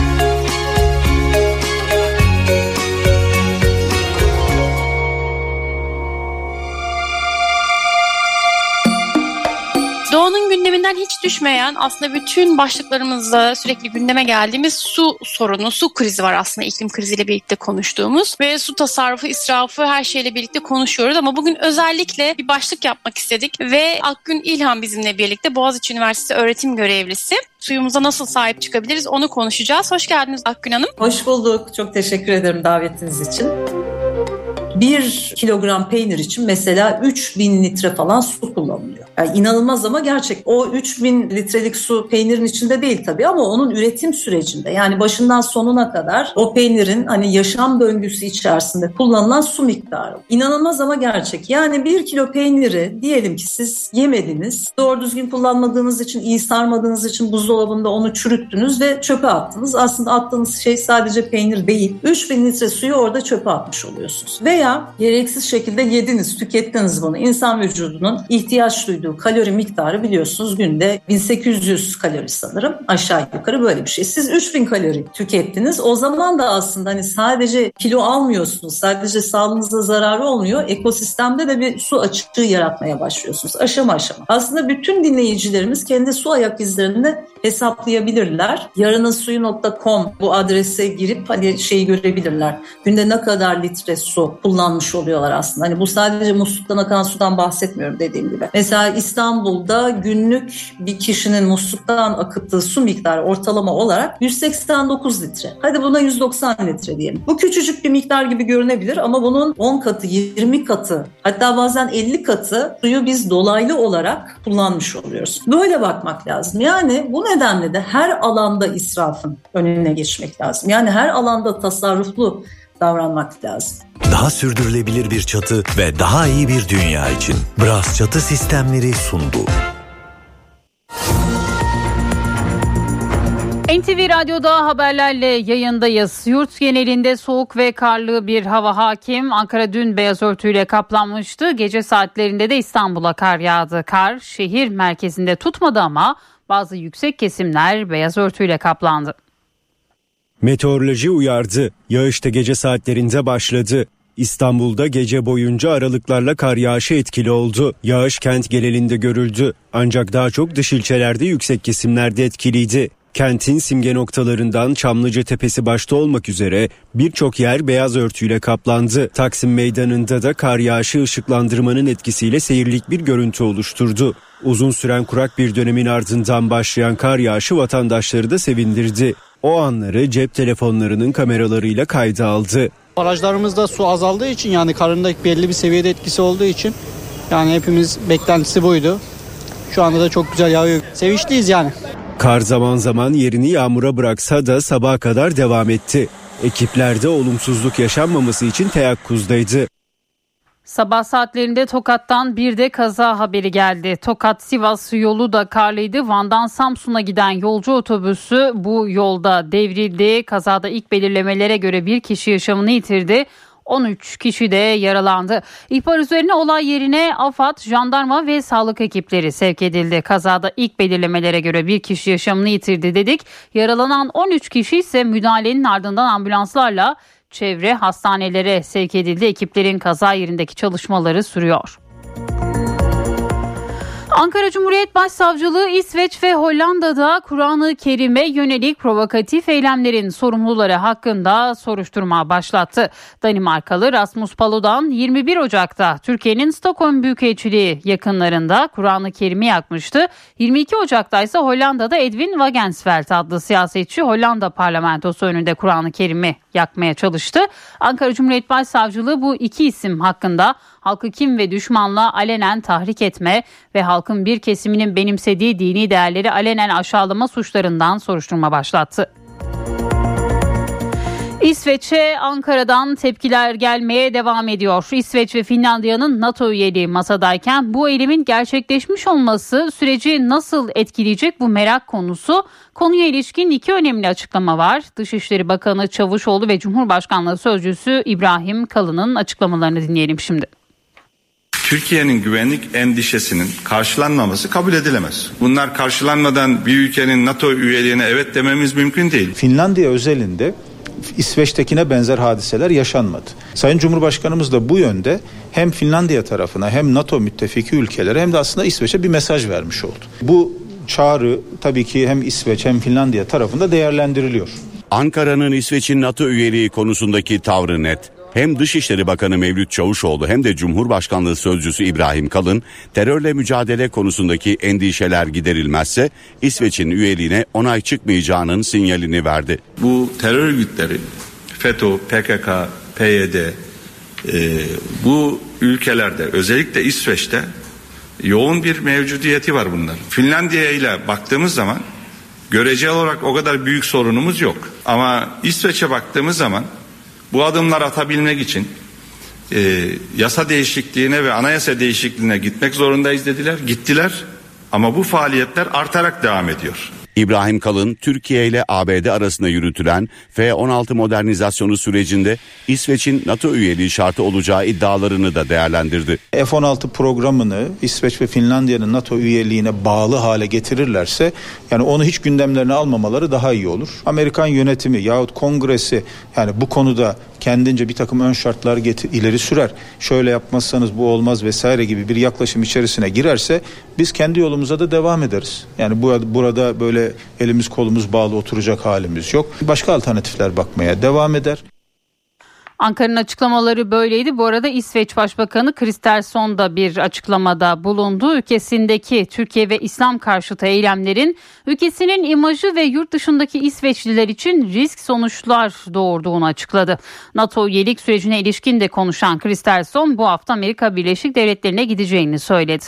Doğanın gündeminden hiç düşmeyen, aslında bütün başlıklarımızda sürekli gündeme geldiğimiz su sorunu, su krizi var aslında, iklim kriziyle birlikte konuştuğumuz ve su tasarrufu, israfı her şeyle birlikte konuşuyoruz ama bugün özellikle bir başlık yapmak istedik ve Akgün İlhan bizimle birlikte, Boğaziçi Üniversitesi öğretim görevlisi. Suyumuza nasıl sahip çıkabiliriz onu konuşacağız. Hoş geldiniz Akgün Hanım. Hoş bulduk. Çok teşekkür ederim davetiniz için. 1 kilogram peynir için mesela 3000 litre falan su kullanılıyor. Yani inanılmaz ama gerçek. O 3000 litrelik su peynirin içinde değil tabii ama onun üretim sürecinde, yani başından sonuna kadar o peynirin hani yaşam döngüsü içerisinde kullanılan su miktarı. İnanılmaz ama gerçek. Yani 1 kilo peyniri diyelim ki siz yemediniz, doğru düzgün kullanmadığınız için, iyi sarmadığınız için buzdolabında onu çürüttünüz ve çöpe attınız. Aslında attığınız şey sadece peynir değil. 3000 litre suyu orada çöpe atmış oluyorsunuz. Veya gereksiz şekilde yediniz, tükettiniz bunu. İnsan vücudunun ihtiyaç duyduğu kalori miktarı biliyorsunuz günde 1800 kalori sanırım. Aşağı yukarı böyle bir şey. Siz 3000 kalori tükettiniz. O zaman da aslında hani sadece kilo almıyorsunuz. Sadece sağlığınıza zararı olmuyor. Ekosistemde de bir su açıklığı yaratmaya başlıyorsunuz. Aşama aşama. Aslında bütün dinleyicilerimiz kendi su ayak izlerini hesaplayabilirler. Yarınınsuyu.com bu adrese girip hani şeyi görebilirler. Günde ne kadar litre su kullanmış oluyorlar aslında. Hani bu sadece musluktan akan sudan bahsetmiyorum dediğim gibi. Mesela İstanbul'da günlük bir kişinin musluktan akıttığı su miktarı ortalama olarak 189 litre. Hadi buna 190 litre diyelim. Bu küçücük bir miktar gibi görünebilir ama bunun 10 katı, 20 katı, hatta bazen 50 katı suyu biz dolaylı olarak kullanmış oluyoruz. Böyle bakmak lazım. Yani bu nedenle de her alanda israfın önüne geçmek lazım. Yani her alanda tasarruflu davranmak lazım. Daha sürdürülebilir bir çatı ve daha iyi bir dünya için Bras Çatı Sistemleri sundu. NTV Radyo'da haberlerle yayındayız. Yurt genelinde soğuk ve karlı bir hava hakim. Ankara dün beyaz örtüyle kaplanmıştı. Gece saatlerinde de İstanbul'a kar yağdı. Kar şehir merkezinde tutmadı ama bazı yüksek kesimler beyaz örtüyle kaplandı. Meteoroloji uyardı. Yağış da gece saatlerinde başladı. İstanbul'da gece boyunca aralıklarla kar yağışı etkili oldu. Yağış kent genelinde görüldü. Ancak daha çok dış ilçelerde yüksek kesimlerde etkiliydi. Kentin simge noktalarından Çamlıca Tepesi başta olmak üzere birçok yer beyaz örtüyle kaplandı. Taksim Meydanı'nda da kar yağışı ışıklandırmanın etkisiyle seyirlik bir görüntü oluşturdu. Uzun süren kurak bir dönemin ardından başlayan kar yağışı vatandaşları da sevindirdi. O anları cep telefonlarının kameralarıyla kayda aldı. Barajlarımızda su azaldığı için, yani karın da belli bir seviyede etkisi olduğu için yani hepimiz beklentisi buydu. Şu anda da çok güzel yağıyor. Sevinçliyiz yani. Kar zaman zaman yerini yağmura bıraksa da sabaha kadar devam etti. Ekipler de olumsuzluk yaşanmaması için teyakkuzdaydı. Sabah saatlerinde Tokat'tan bir de kaza haberi geldi. Tokat-Sivas yolu da karlıydı. Van'dan Samsun'a giden yolcu otobüsü bu yolda devrildi. Kazada ilk belirlemelere göre bir kişi yaşamını yitirdi. 13 kişi de yaralandı. İhbar üzerine olay yerine AFAD, jandarma ve sağlık ekipleri sevk edildi. Kazada ilk belirlemelere göre bir kişi yaşamını yitirdi dedik. Yaralanan 13 kişi ise müdahalenin ardından ambulanslarla çevre hastanelere sevk edildi. Ekiplerin kaza yerindeki çalışmaları sürüyor. Ankara Cumhuriyet Başsavcılığı İsveç ve Hollanda'da Kur'an-ı Kerim'e yönelik provokatif eylemlerin sorumluları hakkında soruşturma başlattı. Danimarkalı Rasmus Paludan 21 Ocak'ta Türkiye'nin Stockholm Büyükelçiliği yakınlarında Kur'an-ı Kerim'i yakmıştı. 22 Ocak'ta ise Hollanda'da Edwin Wagensveld adlı siyasetçi Hollanda parlamentosu önünde Kur'an-ı Kerim'i yakmaya çalıştı. Ankara Cumhuriyet Başsavcılığı bu iki isim hakkında halkı kin ve düşmanlığa alenen tahrik etme ve halkın bir kesiminin benimsediği dini değerleri alenen aşağılama suçlarından soruşturma başlattı. İsveç'e Ankara'dan tepkiler gelmeye devam ediyor. İsveç ve Finlandiya'nın NATO üyeliği masadayken bu eylemin gerçekleşmiş olması süreci nasıl etkileyecek bu merak konusu. Konuya ilişkin iki önemli açıklama var. Dışişleri Bakanı Çavuşoğlu ve Cumhurbaşkanlığı Sözcüsü İbrahim Kalın'ın açıklamalarını dinleyelim şimdi. Türkiye'nin güvenlik endişesinin karşılanmaması kabul edilemez. Bunlar karşılanmadan bir ülkenin NATO üyeliğine evet dememiz mümkün değil. Finlandiya özelinde İsveç'tekine benzer hadiseler yaşanmadı. Sayın Cumhurbaşkanımız da bu yönde hem Finlandiya tarafına hem NATO müttefiki ülkelere hem de aslında İsveç'e bir mesaj vermiş oldu. Bu çağrı tabii ki hem İsveç hem Finlandiya tarafında değerlendiriliyor. Ankara'nın İsveç'in NATO üyeliği konusundaki tavrı net. Hem Dışişleri Bakanı Mevlüt Çavuşoğlu hem de Cumhurbaşkanlığı Sözcüsü İbrahim Kalın terörle mücadele konusundaki endişeler giderilmezse İsveç'in üyeliğine onay çıkmayacağının sinyalini verdi. Bu terör örgütleri FETÖ, PKK, PYD bu ülkelerde özellikle İsveç'te yoğun bir mevcudiyeti var bunların. Finlandiya ile baktığımız zaman göreceli olarak o kadar büyük sorunumuz yok. Ama İsveç'e baktığımız zaman bu adımlar atabilmek için yasa değişikliğine ve anayasa değişikliğine gitmek zorundayız dediler. Gittiler ama bu faaliyetler artarak devam ediyor. İbrahim Kalın, Türkiye ile ABD arasında yürütülen F-16 modernizasyonu sürecinde İsveç'in NATO üyeliği şartı olacağı iddialarını da değerlendirdi. F-16 programını İsveç ve Finlandiya'nın NATO üyeliğine bağlı hale getirirlerse yani onu hiç gündemlerine almamaları daha iyi olur. Amerikan yönetimi yahut kongresi yani bu konuda kendince bir takım ön şartlar ileri sürer. Şöyle yapmazsanız bu olmaz vesaire gibi bir yaklaşım içerisine girerse biz kendi yolumuza da devam ederiz. Yani burada böyle elimiz kolumuz bağlı oturacak halimiz yok. Başka alternatifler bakmaya devam eder. Ankara'nın açıklamaları böyleydi. Bu arada İsveç Başbakanı Kristersson da bir açıklamada bulundu. Ülkesindeki Türkiye ve İslam karşıtı eylemlerin ülkesinin imajı ve yurt dışındaki İsveçliler için risk sonuçlar doğurduğunu açıkladı. NATO üyelik sürecine ilişkin de konuşan Kristersson bu hafta Amerika Birleşik Devletleri'ne gideceğini söyledi.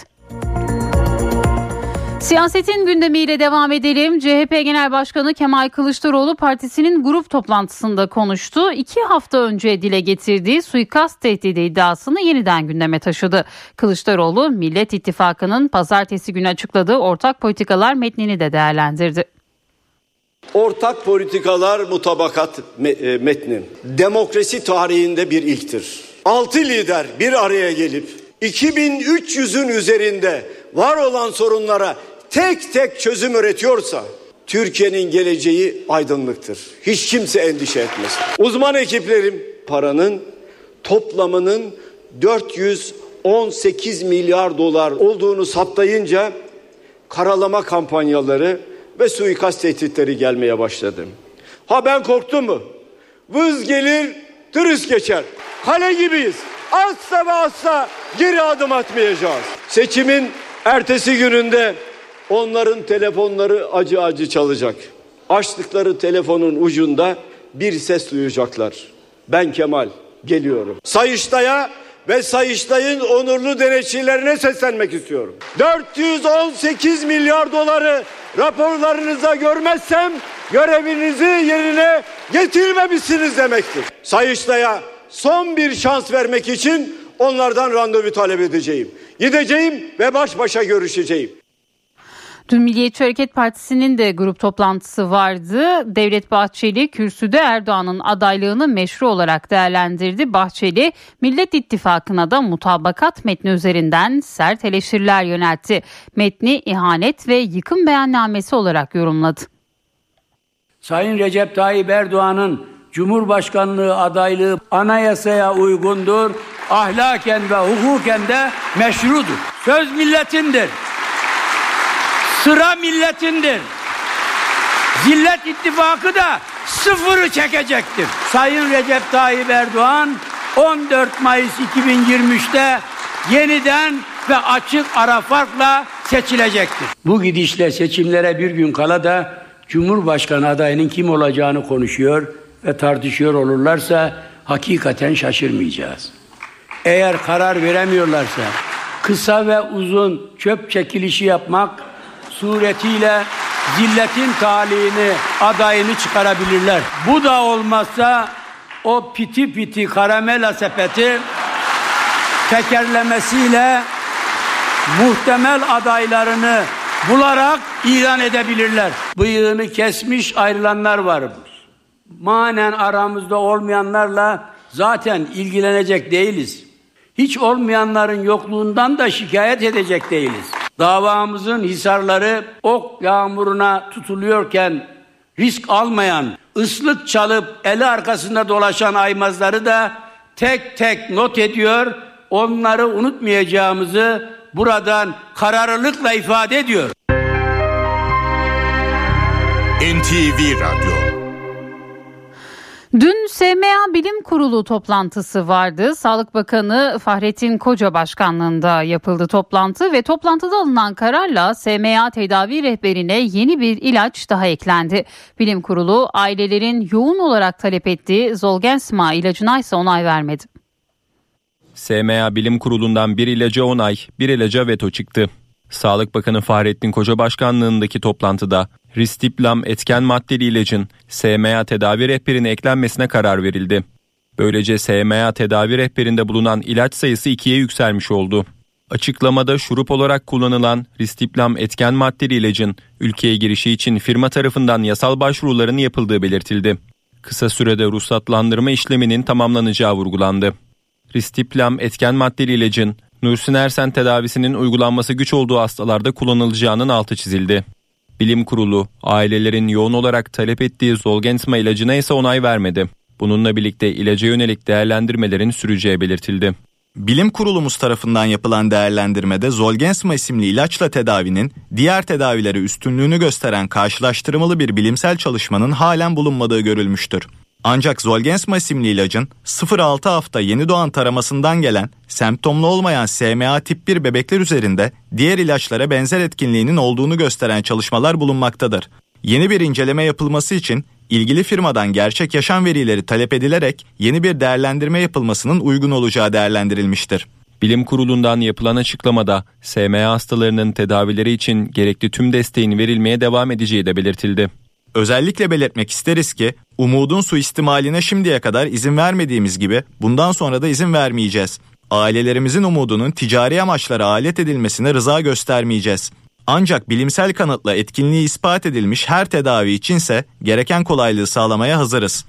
Siyasetin gündemiyle devam edelim. CHP Genel Başkanı Kemal Kılıçdaroğlu partisinin grup toplantısında konuştu. 2 hafta önce dile getirdiği suikast tehdidi iddiasını yeniden gündeme taşıdı. Kılıçdaroğlu Millet İttifakı'nın pazartesi günü açıkladığı ortak politikalar metnini de değerlendirdi. Ortak politikalar mutabakat metni demokrasi tarihinde bir ilktir. 6 lider bir araya gelip 2300'ün üzerinde var olan sorunlara tek tek çözüm üretiyorsa Türkiye'nin geleceği aydınlıktır. Hiç kimse endişe etmesin. Uzman ekiplerim paranın toplamının 418 milyar dolar olduğunu saptayınca karalama kampanyaları ve suikast tehditleri gelmeye başladı. Ha ben korktum mu? Vız gelir, tırıs geçer. Kale gibiyiz. Asla ve asla geri adım atmayacağız. Seçimin ertesi gününde onların telefonları acı acı çalacak. Açtıkları telefonun ucunda bir ses duyacaklar. Ben Kemal geliyorum. Sayıştay'a ve Sayıştay'ın onurlu denetçilerine seslenmek istiyorum. 418 milyar doları raporlarınıza görmezsem görevinizi yerine getirmemişsiniz demektir. Sayıştay'a son bir şans vermek için onlardan randevu talep edeceğim. Gideceğim ve baş başa görüşeceğim. Dün Milliyetçi Hareket Partisi'nin de grup toplantısı vardı. Devlet Bahçeli kürsüde Erdoğan'ın adaylığını meşru olarak değerlendirdi. Bahçeli Millet İttifakı'na da mutabakat metni üzerinden sert eleştiriler yöneltti. Metni ihanet ve yıkım beyannamesi olarak yorumladı. Sayın Recep Tayyip Erdoğan'ın Cumhurbaşkanlığı adaylığı anayasaya uygundur, ahlaken ve hukuken de meşrudur. Söz milletindir. Sıra milletindir. Zillet ittifakı da sıfırı çekecektir. Sayın Recep Tayyip Erdoğan 14 Mayıs 2023'te yeniden ve açık ara farkla seçilecektir. Bu gidişle seçimlere bir gün kala da Cumhurbaşkanı adayının kim olacağını konuşuyor ve tartışıyor olurlarsa hakikaten şaşırmayacağız. Eğer karar veremiyorlarsa kısa ve uzun çöp çekilişi yapmak suretiyle zilletin talihini, adayını çıkarabilirler. Bu da olmazsa o piti piti karamela sepeti tekerlemesiyle muhtemel adaylarını bularak ilan edebilirler. Bıyığını kesmiş ayrılanlar var. Manen aramızda olmayanlarla zaten ilgilenecek değiliz. Hiç olmayanların yokluğundan da şikayet edecek değiliz. Davamızın hisarları ok yağmuruna tutuluyorken risk almayan, ıslık çalıp eli arkasında dolaşan aymazları da tek tek not ediyor, onları unutmayacağımızı buradan kararlılıkla ifade ediyor. NTV Radyo. Dün SMA Bilim Kurulu toplantısı vardı. Sağlık Bakanı Fahrettin Koca başkanlığında yapıldı toplantı ve toplantıda alınan kararla SMA tedavi rehberine yeni bir ilaç daha eklendi. Bilim Kurulu ailelerin yoğun olarak talep ettiği Zolgensma ilacına ise onay vermedi. SMA Bilim Kurulu'ndan bir ilaca onay, bir ilaca veto çıktı. Sağlık Bakanı Fahrettin Koca başkanlığındaki toplantıda Ristiplam etken maddeli ilacın SMA tedavi rehberine eklenmesine karar verildi. Böylece SMA tedavi rehberinde bulunan ilaç sayısı 2'ye yükselmiş oldu. Açıklamada şurup olarak kullanılan Ristiplam etken maddeli ilacın ülkeye girişi için firma tarafından yasal başvuruların yapıldığı belirtildi. Kısa sürede ruhsatlandırma işleminin tamamlanacağı vurgulandı. Ristiplam etken maddeli ilacın Nusinersen tedavisinin uygulanması güç olduğu hastalarda kullanılacağının altı çizildi. Bilim Kurulu ailelerin yoğun olarak talep ettiği Zolgensma ilacına ise onay vermedi. Bununla birlikte ilaca yönelik değerlendirmelerin süreceği belirtildi. Bilim Kurulumuz tarafından yapılan değerlendirmede Zolgensma isimli ilaçla tedavinin diğer tedavilere üstünlüğünü gösteren karşılaştırmalı bir bilimsel çalışmanın halen bulunmadığı görülmüştür. Ancak Zolgensma isimli ilacın 0-6 hafta yeni doğan taramasından gelen semptomlu olmayan SMA tip 1 bebekler üzerinde diğer ilaçlara benzer etkinliğinin olduğunu gösteren çalışmalar bulunmaktadır. Yeni bir inceleme yapılması için ilgili firmadan gerçek yaşam verileri talep edilerek yeni bir değerlendirme yapılmasının uygun olacağı değerlendirilmiştir. Bilim Kurulu'ndan yapılan açıklamada SMA hastalarının tedavileri için gerekli tüm desteğin verilmeye devam edeceği de belirtildi. Özellikle belirtmek isteriz ki umudun suistimaline şimdiye kadar izin vermediğimiz gibi bundan sonra da izin vermeyeceğiz. Ailelerimizin umudunun ticari amaçlara alet edilmesine rıza göstermeyeceğiz. Ancak bilimsel kanıtla etkinliği ispat edilmiş her tedavi içinse gereken kolaylığı sağlamaya hazırız.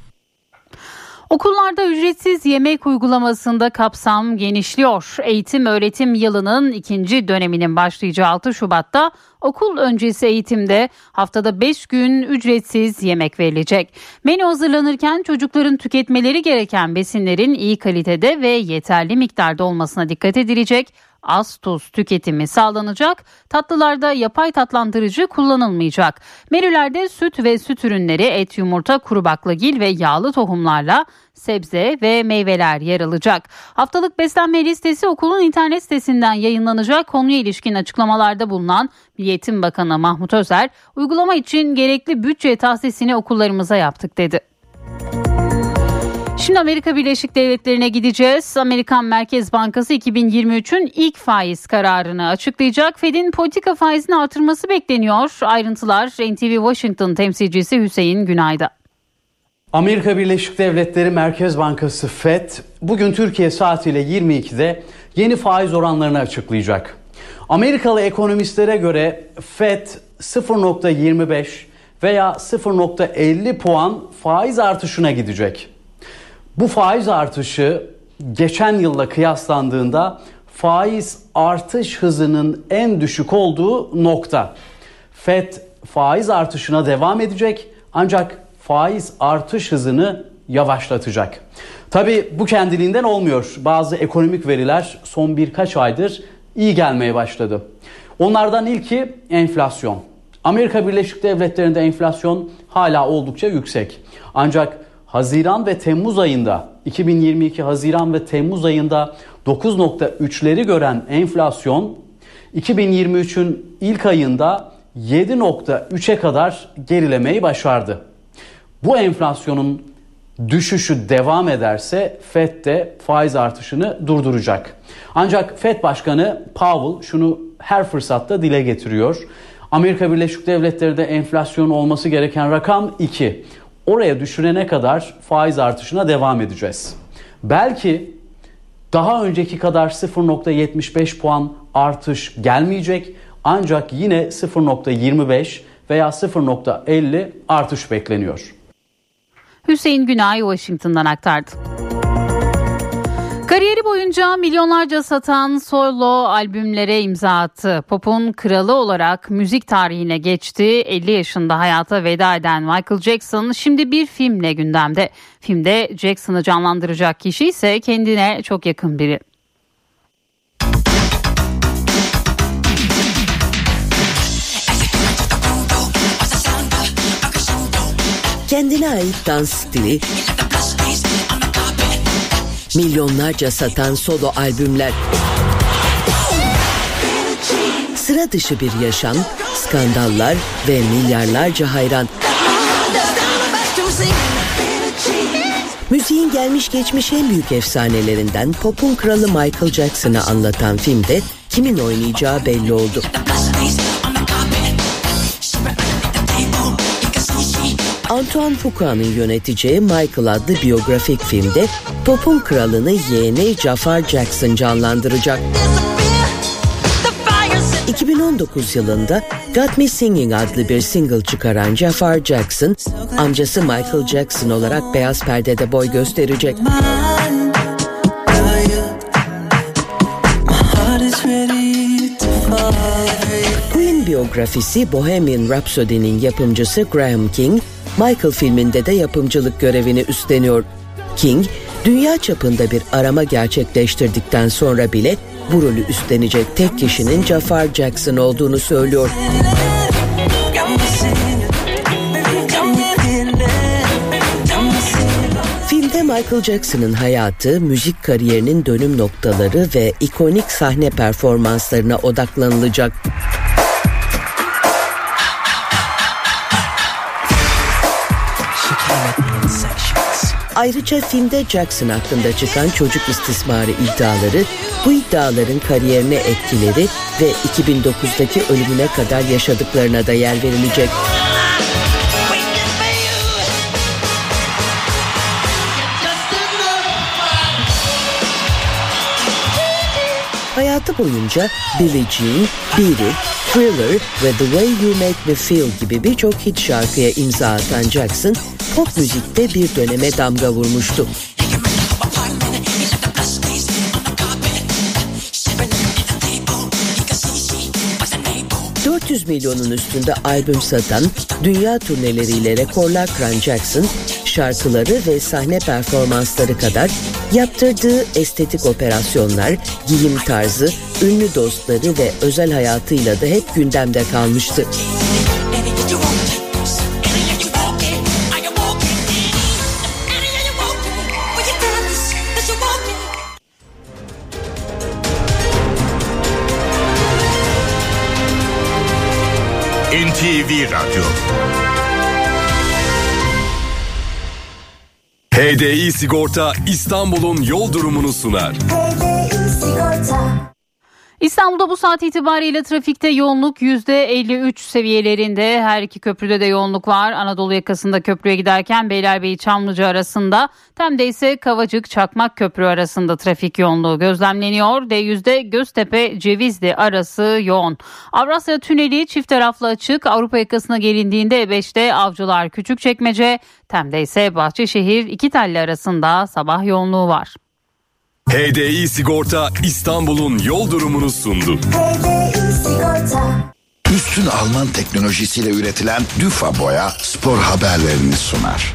Okullarda ücretsiz yemek uygulamasında kapsam genişliyor. Eğitim öğretim yılının ikinci döneminin başlayacağı 6 Şubat'ta okul öncesi eğitimde haftada 5 gün ücretsiz yemek verilecek. Menü hazırlanırken çocukların tüketmeleri gereken besinlerin iyi kalitede ve yeterli miktarda olmasına dikkat edilecek. Az tuz tüketimi sağlanacak. Tatlılarda yapay tatlandırıcı kullanılmayacak. Menülerde süt ve süt ürünleri, et, yumurta, kuru baklagil ve yağlı tohumlarla sebze ve meyveler yer alacak. Haftalık beslenme listesi okulun internet sitesinden yayınlanacak. Konuya ilişkin açıklamalarda bulunan Milli Eğitim Bakanı Mahmut Özer, uygulama için gerekli bütçe tahsisini okullarımıza yaptık dedi. Şimdi Amerika Birleşik Devletleri'ne gideceğiz. Amerikan Merkez Bankası 2023'ün ilk faiz kararını açıklayacak. Fed'in politika faizini artırması bekleniyor. Ayrıntılar NTV Washington temsilcisi Hüseyin Günay'da. Amerika Birleşik Devletleri Merkez Bankası Fed bugün Türkiye saatiyle 22'de yeni faiz oranlarını açıklayacak. Amerikalı ekonomistlere göre Fed 0.25 veya 0.50 puan faiz artışına gidecek. Bu faiz artışı geçen yılla kıyaslandığında faiz artış hızının en düşük olduğu nokta. Fed faiz artışına devam edecek ancak faiz artış hızını yavaşlatacak. Tabii bu kendiliğinden olmuyor. Bazı ekonomik veriler son birkaç aydır iyi gelmeye başladı. Onlardan ilki enflasyon. Amerika Birleşik Devletleri'nde enflasyon hala oldukça yüksek. Ancak Haziran ve Temmuz ayında 2022 Haziran ve Temmuz ayında 9.3'leri gören enflasyon 2023'ün ilk ayında 7.3'e kadar gerilemeyi başardı. Bu enflasyonun düşüşü devam ederse FED de faiz artışını durduracak. Ancak FED Başkanı Powell şunu her fırsatta dile getiriyor. Amerika Birleşik Devletleri'de enflasyon olması gereken rakam 2. Oraya düşürene kadar faiz artışına devam edeceğiz. Belki daha önceki kadar 0.75 puan artış gelmeyecek, ancak yine 0.25 veya 0.50 artış bekleniyor. Hüseyin Günay Washington'dan aktardı. Kariyeri boyunca milyonlarca satan solo albümlere imza attı. Pop'un kralı olarak müzik tarihine geçti. 50 yaşında hayata veda eden Michael Jackson şimdi bir filmle gündemde. Filmde Jackson'ı canlandıracak kişi ise kendine çok yakın biri. Kendine ait dans stili, milyonlarca satan solo albümler, sıra dışı bir yaşam, skandallar ve milyarlarca hayran. Müziğin gelmiş geçmiş en büyük efsanelerinden pop'un kralı Michael Jackson'ı anlatan filmde kimin oynayacağı belli oldu. Antoine Fuqua'nın yöneteceği Michael adlı biyografik filmde pop'un kralını yeğeni Jafar Jackson canlandıracak. 2019 yılında Got Me Singing adlı bir single çıkaran Jafar Jackson, amcası Michael Jackson olarak beyaz perdede boy gösterecek. Queen biyografisi Bohemian Rhapsody'nin yapımcısı Graham King, Michael filminde de yapımcılık görevini üstleniyor. King, dünya çapında bir arama gerçekleştirdikten sonra bile bu rolü üstlenecek tek kişinin Jafar Jackson olduğunu söylüyor. Filmde Michael Jackson'ın hayatı, müzik kariyerinin dönüm noktaları ve ikonik sahne performanslarına odaklanılacak. Ayrıca filmde Jackson hakkında çıkan çocuk istismarı iddiaları, bu iddiaların kariyerine etkileri ve 2009'daki ölümüne kadar yaşadıklarına da yer verilecek. Hayatı boyunca Billie Jean, Beat It, Thriller ve The Way You Make Me Feel gibi birçok hit şarkıya imza atan Jackson, pop müzikte bir döneme damga vurmuştu. 400 milyonun üstünde albüm satan, dünya turneleriyle rekorlar kıran Jackson, şarkıları ve sahne performansları kadar yaptırdığı estetik operasyonlar, giyim tarzı, ünlü dostları ve özel hayatıyla da hep gündemde kalmıştı. NTV Radyo. HDI Sigorta İstanbul'un yol durumunu sunar. İstanbul'da bu saat itibariyle trafikte yoğunluk %53 seviyelerinde. Her iki köprüde de yoğunluk var. Anadolu yakasında köprüye giderken Beylerbeyi-Çamlıca arasında, Tem'de ise Kavacık-Çakmak Köprü arasında trafik yoğunluğu gözlemleniyor. D100'de Göztepe-Cevizli arası yoğun. Avrasya Tüneli çift taraflı açık. Avrupa yakasına gelindiğinde E5'te Avcılar Küçükçekmece, Tem'de ise Bahçeşehir İkitelli arasında sabah yoğunluğu var. HDI Sigorta İstanbul'un yol durumunu sundu. Üstün Alman teknolojisiyle üretilen Düfa Boya spor haberlerini sunar.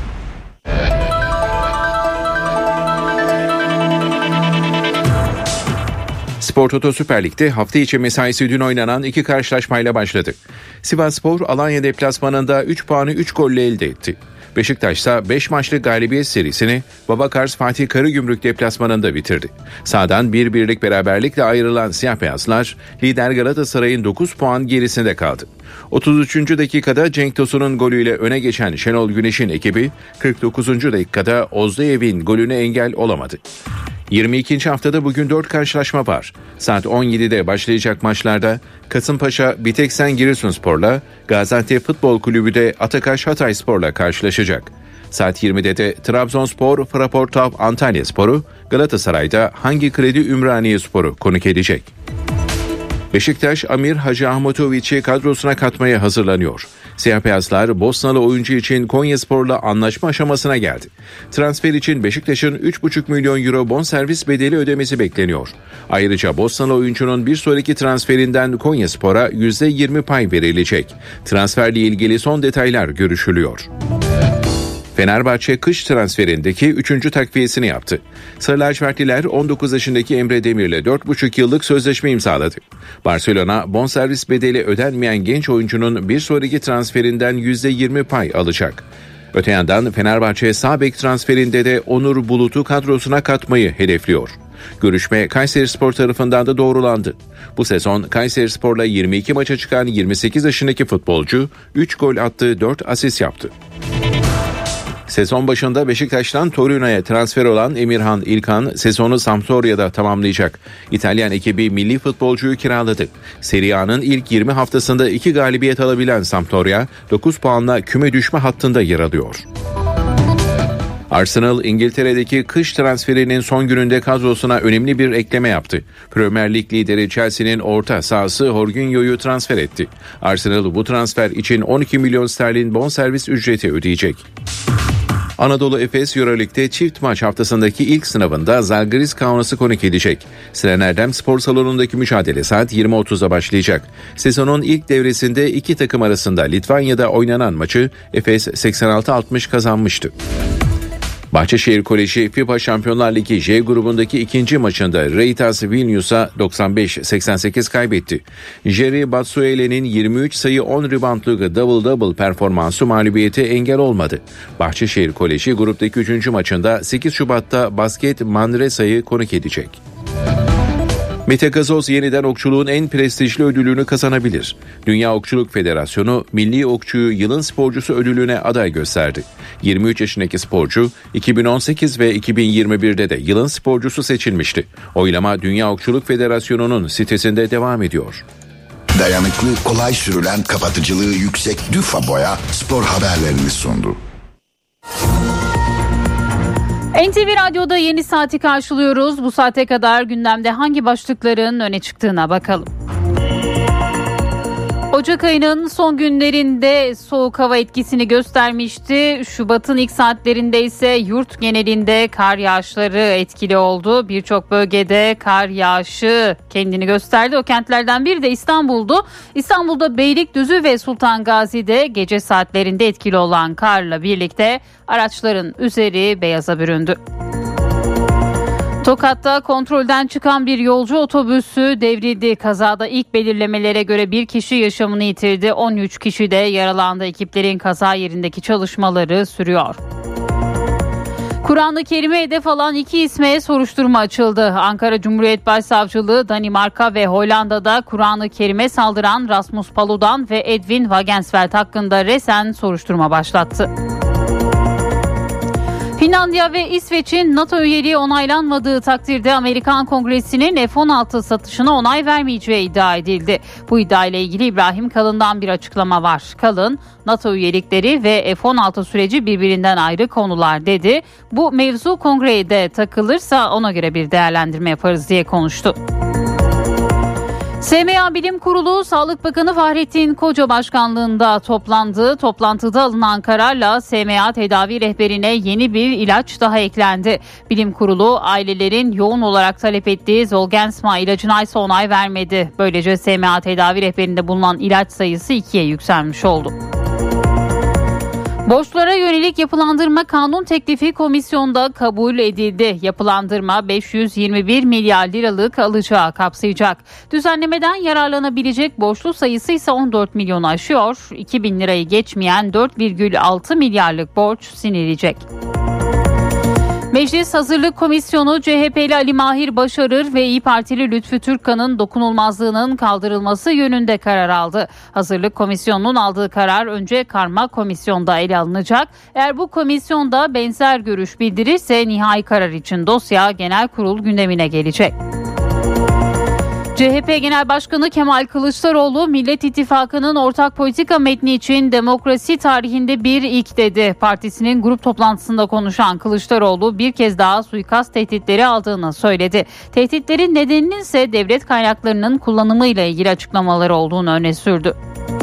Spor Toto Süper Lig'de hafta içi mesaisi dün oynanan 2 karşılaşmayla başladı. Sivasspor Alanya deplasmanında 3 puanı 3 golle elde etti. Beşiktaş ise 5 maçlık galibiyet serisini Babakars Fatih Karagümrük deplasmanında bitirdi. Sahada 1-1'lik beraberlikle ayrılan siyah beyazlar lider Galatasaray'ın 9 puan gerisinde kaldı. 33. dakikada Cenk Tosun'un golüyle öne geçen Şenol Güneş'in ekibi 49. dakikada Ozdayev'in golüne engel olamadı. 22. haftada bugün 4 karşılaşma var. Saat 17'de başlayacak maçlarda Kasımpaşa Biteksen Giresunspor'la, Gaziantep Futbol Kulübü de Atakaş Hatayspor'la karşılaşacak. Saat 20'de de Trabzonspor Fraport Tav Antalyaspor'u, Galatasaray'da Hangi Kredi Ümraniyespor'u konuk edecek. Beşiktaş Amir Hacı Ahmetoviç'i kadrosuna katmaya hazırlanıyor. Siyah beyazlar Bosnalı oyuncu için Konyaspor'la anlaşma aşamasına geldi. Transfer için Beşiktaş'ın 3,5 milyon euro bonservis bedeli ödemesi bekleniyor. Ayrıca Bosnalı oyuncunun bir sonraki transferinden Konyaspor'a %20 pay verilecek. Transferle ilgili son detaylar görüşülüyor. Fenerbahçe kış transferindeki 3. takviyesini yaptı. Sarı lacivertliler 19 yaşındaki Emre Demir'le 4,5 yıllık sözleşme imzaladı. Barcelona bonservis bedeli ödenmeyen genç oyuncunun bir sonraki transferinden %20 pay alacak. Öte yandan Fenerbahçe sağ bek transferinde de Onur Bulut'u kadrosuna katmayı hedefliyor. Görüşme Kayserispor tarafından da doğrulandı. Bu sezon Kayserispor'la 22 maça çıkan 28 yaşındaki futbolcu 3 gol attı, 4 asist yaptı. Sezon başında Beşiktaş'tan Torino'ya transfer olan Emirhan İlkan sezonu Sampdoria'da tamamlayacak. İtalyan ekibi milli futbolcuyu kiraladı. Serie A'nın ilk 20 haftasında 2 galibiyet alabilen Sampdoria 9 puanla küme düşme hattında yer alıyor. Arsenal İngiltere'deki kış transferinin son gününde kadrosuna önemli bir ekleme yaptı. Premier Lig lideri Chelsea'nin orta sahası Jorginho'yu transfer etti. Arsenal bu transfer için 12 milyon sterlin bonservis ücreti ödeyecek. Anadolu Efes Euroleague'de çift maç haftasındaki ilk sınavında Zalgiris Kaunas'ı konuk edecek. Sinan Erdem Spor Salonu'ndaki mücadele saat 20.30'da başlayacak. Sezonun ilk devresinde iki takım arasında Litvanya'da oynanan maçı Efes 86-60 kazanmıştı. Bahçeşehir Koleji FIBA Şampiyonlar Ligi J grubundaki ikinci maçında Reitas Vilnius'a 95-88 kaybetti. Jerry Batsuele'nin 23 sayı 10 reboundluk double-double performansı mağlubiyete engel olmadı. Bahçeşehir Koleji gruptaki 3. maçında 8 Şubat'ta Basket Manresa'yı konuk edecek. Mete Gazoz yeniden okçuluğun en prestijli ödülünü kazanabilir. Dünya Okçuluk Federasyonu milli okçuyu yılın sporcusu ödülüne aday gösterdi. 23 yaşındaki sporcu 2018 ve 2021'de de yılın sporcusu seçilmişti. Oylama Dünya Okçuluk Federasyonu'nun sitesinde devam ediyor. Dayanıklı, kolay sürülen, kapatıcılığı yüksek Düfa Boya spor haberlerini sundu. NTV Radyo'da yeni saati karşılıyoruz. Bu saate kadar gündemde hangi başlıkların öne çıktığına bakalım. Ocak ayının son günlerinde soğuk hava etkisini göstermişti. Şubat'ın ilk saatlerinde ise yurt genelinde kar yağışları etkili oldu. Birçok bölgede kar yağışı kendini gösterdi. O kentlerden biri de İstanbul'du. İstanbul'da Beylikdüzü ve Sultan Gazi'de gece saatlerinde etkili olan karla birlikte araçların üzeri beyaza büründü. Tokat'ta kontrolden çıkan bir yolcu otobüsü devrildi. Kazada ilk belirlemelere göre bir kişi yaşamını yitirdi. 13 kişi de yaralandı. Ekiplerin kaza yerindeki çalışmaları sürüyor. Kur'an-ı Kerim'e hedef alan 2 isme soruşturma açıldı. Ankara Cumhuriyet Başsavcılığı Danimarka ve Hollanda'da Kur'an-ı Kerim'e saldıran Rasmus Paludan ve Edwin Wagensveld hakkında resen soruşturma başlattı. Finlandiya ve İsveç'in NATO üyeliği onaylanmadığı takdirde Amerikan Kongresi'nin F-16 satışına onay vermeyeceği iddia edildi. Bu iddia ile ilgili İbrahim Kalın'dan bir açıklama var. Kalın, NATO üyelikleri ve F-16 süreci birbirinden ayrı konular dedi. Bu mevzu kongrede takılırsa ona göre bir değerlendirme yaparız diye konuştu. SMA Bilim Kurulu Sağlık Bakanı Fahrettin Koca başkanlığında toplandı. Toplantıda alınan kararla SMA tedavi rehberine yeni bir ilaç daha eklendi. Bilim Kurulu ailelerin yoğun olarak talep ettiği Zolgensma ilacına ise onay vermedi. Böylece SMA tedavi rehberinde bulunan ilaç sayısı 2'ye yükselmiş oldu. Borçlara yönelik yapılandırma kanun teklifi komisyonda kabul edildi. Yapılandırma 521 milyar liralık alıcağı kapsayacak. Düzenlemeden yararlanabilecek borçlu sayısı ise 14 milyonu aşıyor. 2000 lirayı geçmeyen 4,6 milyarlık borç sinilecek. Meclis Hazırlık Komisyonu CHP'li Ali Mahir Başarır ve İYİ Partili Lütfü Türkkan'ın dokunulmazlığının kaldırılması yönünde karar aldı. Hazırlık Komisyonu'nun aldığı karar önce karma komisyonda ele alınacak. Eğer bu komisyonda benzer görüş bildirirse nihai karar için dosya genel kurul gündemine gelecek. CHP Genel Başkanı Kemal Kılıçdaroğlu, Millet İttifakı'nın ortak politika metni için demokrasi tarihinde bir ilk dedi. Partisinin grup toplantısında konuşan Kılıçdaroğlu bir kez daha suikast tehditleri aldığını söyledi. Tehditlerin nedeninin ise devlet kaynaklarının kullanımıyla ilgili açıklamaları olduğunu öne sürdü.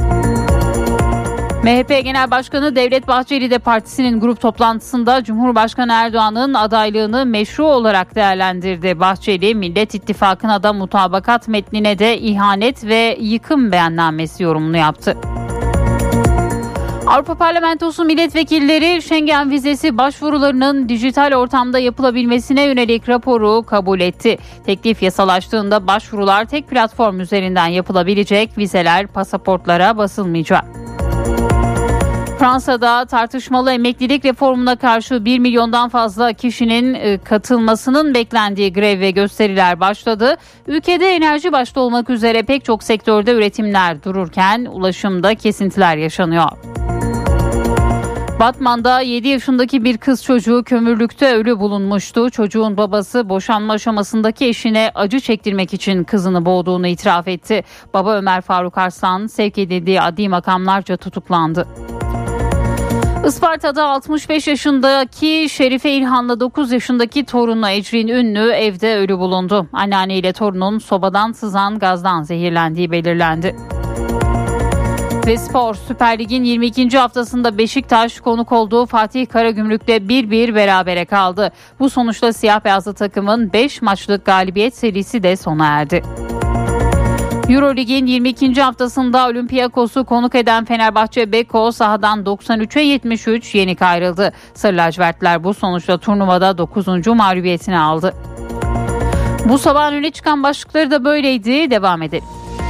MHP Genel Başkanı Devlet Bahçeli de partisinin grup toplantısında Cumhurbaşkanı Erdoğan'ın adaylığını meşru olarak değerlendirdi. Bahçeli, Millet İttifakı'na da mutabakat metnine de ihanet ve yıkım beyannamesi yorumunu yaptı. Avrupa Parlamentosu milletvekilleri Schengen vizesi başvurularının dijital ortamda yapılabilmesine yönelik raporu kabul etti. Teklif yasalaştığında başvurular tek platform üzerinden yapılabilecek, vizeler pasaportlara basılmayacak. Fransa'da tartışmalı emeklilik reformuna karşı 1 milyondan fazla kişinin katılmasının beklendiği grev ve gösteriler başladı. Ülkede enerji başta olmak üzere pek çok sektörde üretimler dururken ulaşımda kesintiler yaşanıyor. Batman'da 7 yaşındaki bir kız çocuğu kömürlükte ölü bulunmuştu. Çocuğun babası boşanma aşamasındaki eşine acı çektirmek için kızını boğduğunu itiraf etti. Baba Ömer Faruk Arslan sevk edildiği adli makamlarca tutuklandı. Isparta'da 65 yaşındaki Şerife İlhan'la 9 yaşındaki torunu Ecrin Ünlü evde ölü bulundu. Anneanne ile torunun sobadan sızan gazdan zehirlendiği belirlendi. Ve spor, Süper Lig'in 22. haftasında Beşiktaş konuk olduğu Fatih Karagümrük'le 1-1 berabere kaldı. Bu sonuçla siyah beyazlı takımın 5 maçlık galibiyet serisi de sona erdi. Eurolig'in 22. haftasında Olympiakos'u konuk eden Fenerbahçe Beko sahadan 93'e 73 yenik ayrıldı. Sarı lacivertler bu sonuçla turnuvada 9. mağlubiyetini aldı. Bu sabahın öne çıkan başlıkları da böyleydi. Devam edelim.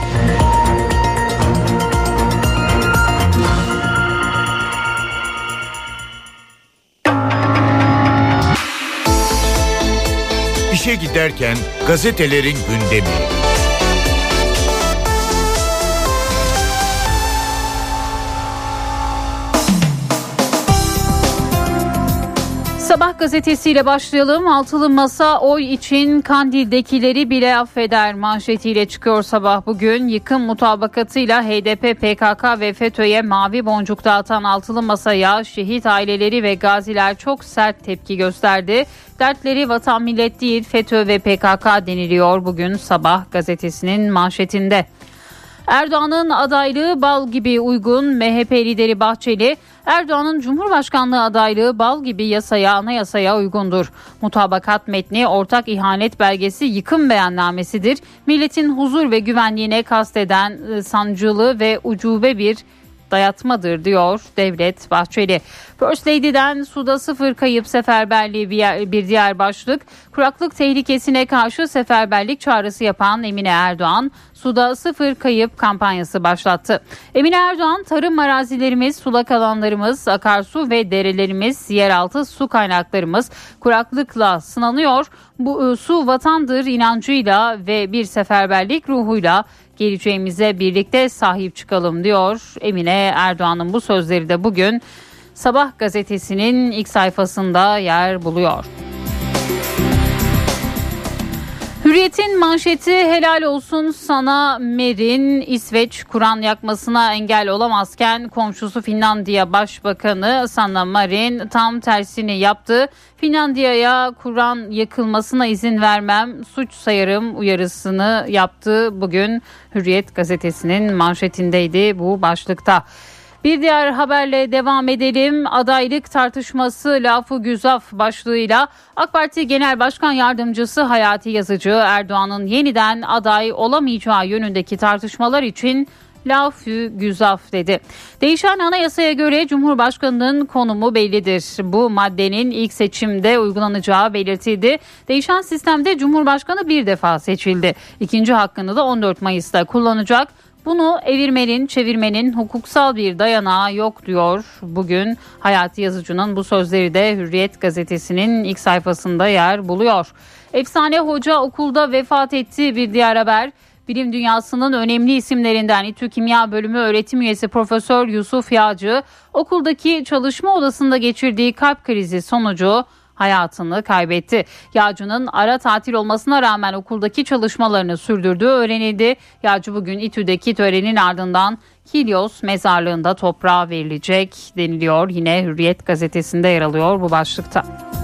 İşe giderken gazetelerin gündemi. Sabah gazetesiyle başlayalım. Altılı Masa oy için Kandil'dekileri bile affeder manşetiyle çıkıyor Sabah bugün. Yıkım mutabakatıyla HDP, PKK ve FETÖ'ye mavi boncuk dağıtan Altılı Masa'ya şehit aileleri ve gaziler çok sert tepki gösterdi. Dertleri vatan millet değil FETÖ ve PKK deniliyor bugün Sabah gazetesinin manşetinde. Erdoğan'ın adaylığı bal gibi uygun. MHP lideri Bahçeli, Erdoğan'ın Cumhurbaşkanlığı adaylığı bal gibi yasaya, anayasaya uygundur. Mutabakat metni ortak ihanet belgesi yıkım beyannamesidir. Milletin huzur ve güvenliğine kasteden sancılı ve ucube bir dayatmadır diyor Devlet Bahçeli. First Lady'den suda sıfır kayıp seferberliği bir diğer başlık. Kuraklık tehlikesine karşı seferberlik çağrısı yapan Emine Erdoğan, suda sıfır kayıp kampanyası başlattı. Emine Erdoğan, tarım arazilerimiz, sulak alanlarımız, akarsu ve derelerimiz, yeraltı su kaynaklarımız kuraklıkla sınanıyor. Bu su vatandır inancıyla ve bir seferberlik ruhuyla geleceğimize birlikte sahip çıkalım diyor. Emine Erdoğan'ın bu sözleri de bugün Sabah gazetesinin ilk sayfasında yer buluyor. Hürriyet'in manşeti helal olsun sana Merin. İsveç Kur'an yakmasına engel olamazken komşusu Finlandiya Başbakanı Sanna Marin tam tersini yaptı. Finlandiya'ya Kur'an yakılmasına izin vermem, suç sayarım uyarısını yaptı. Bugün Hürriyet gazetesinin manşetindeydi bu başlıkta. Bir diğer haberle devam edelim. Adaylık tartışması lafı güzaf başlığıyla AK Parti Genel Başkan Yardımcısı Hayati Yazıcı, Erdoğan'ın yeniden aday olamayacağı yönündeki tartışmalar için lafü güzaf dedi. Değişen anayasaya göre Cumhurbaşkanı'nın konumu bellidir. Bu maddenin ilk seçimde uygulanacağı belirtildi. Değişen sistemde Cumhurbaşkanı bir defa seçildi. İkinci hakkını da 14 Mayıs'ta kullanacak. Bunu evirmenin, çevirmenin hukuksal bir dayanağı yok diyor. Bugün Hayati Yazıcı'nın bu sözleri de Hürriyet gazetesinin ilk sayfasında yer buluyor. Efsane hoca okulda vefat etti, bir diğer haber. Bilim dünyasının önemli isimlerinden İTÜ Kimya Bölümü öğretim üyesi Profesör Yusuf Yağcı, okuldaki çalışma odasında geçirdiği kalp krizi sonucu hayatını kaybetti. Yağcı'nın ara tatil olmasına rağmen okuldaki çalışmalarını sürdürdüğü öğrenildi. Yağcı bugün İTÜ'deki törenin ardından Kilyos mezarlığında toprağa verilecek deniliyor. Yine Hürriyet gazetesinde yer alıyor bu başlıkta.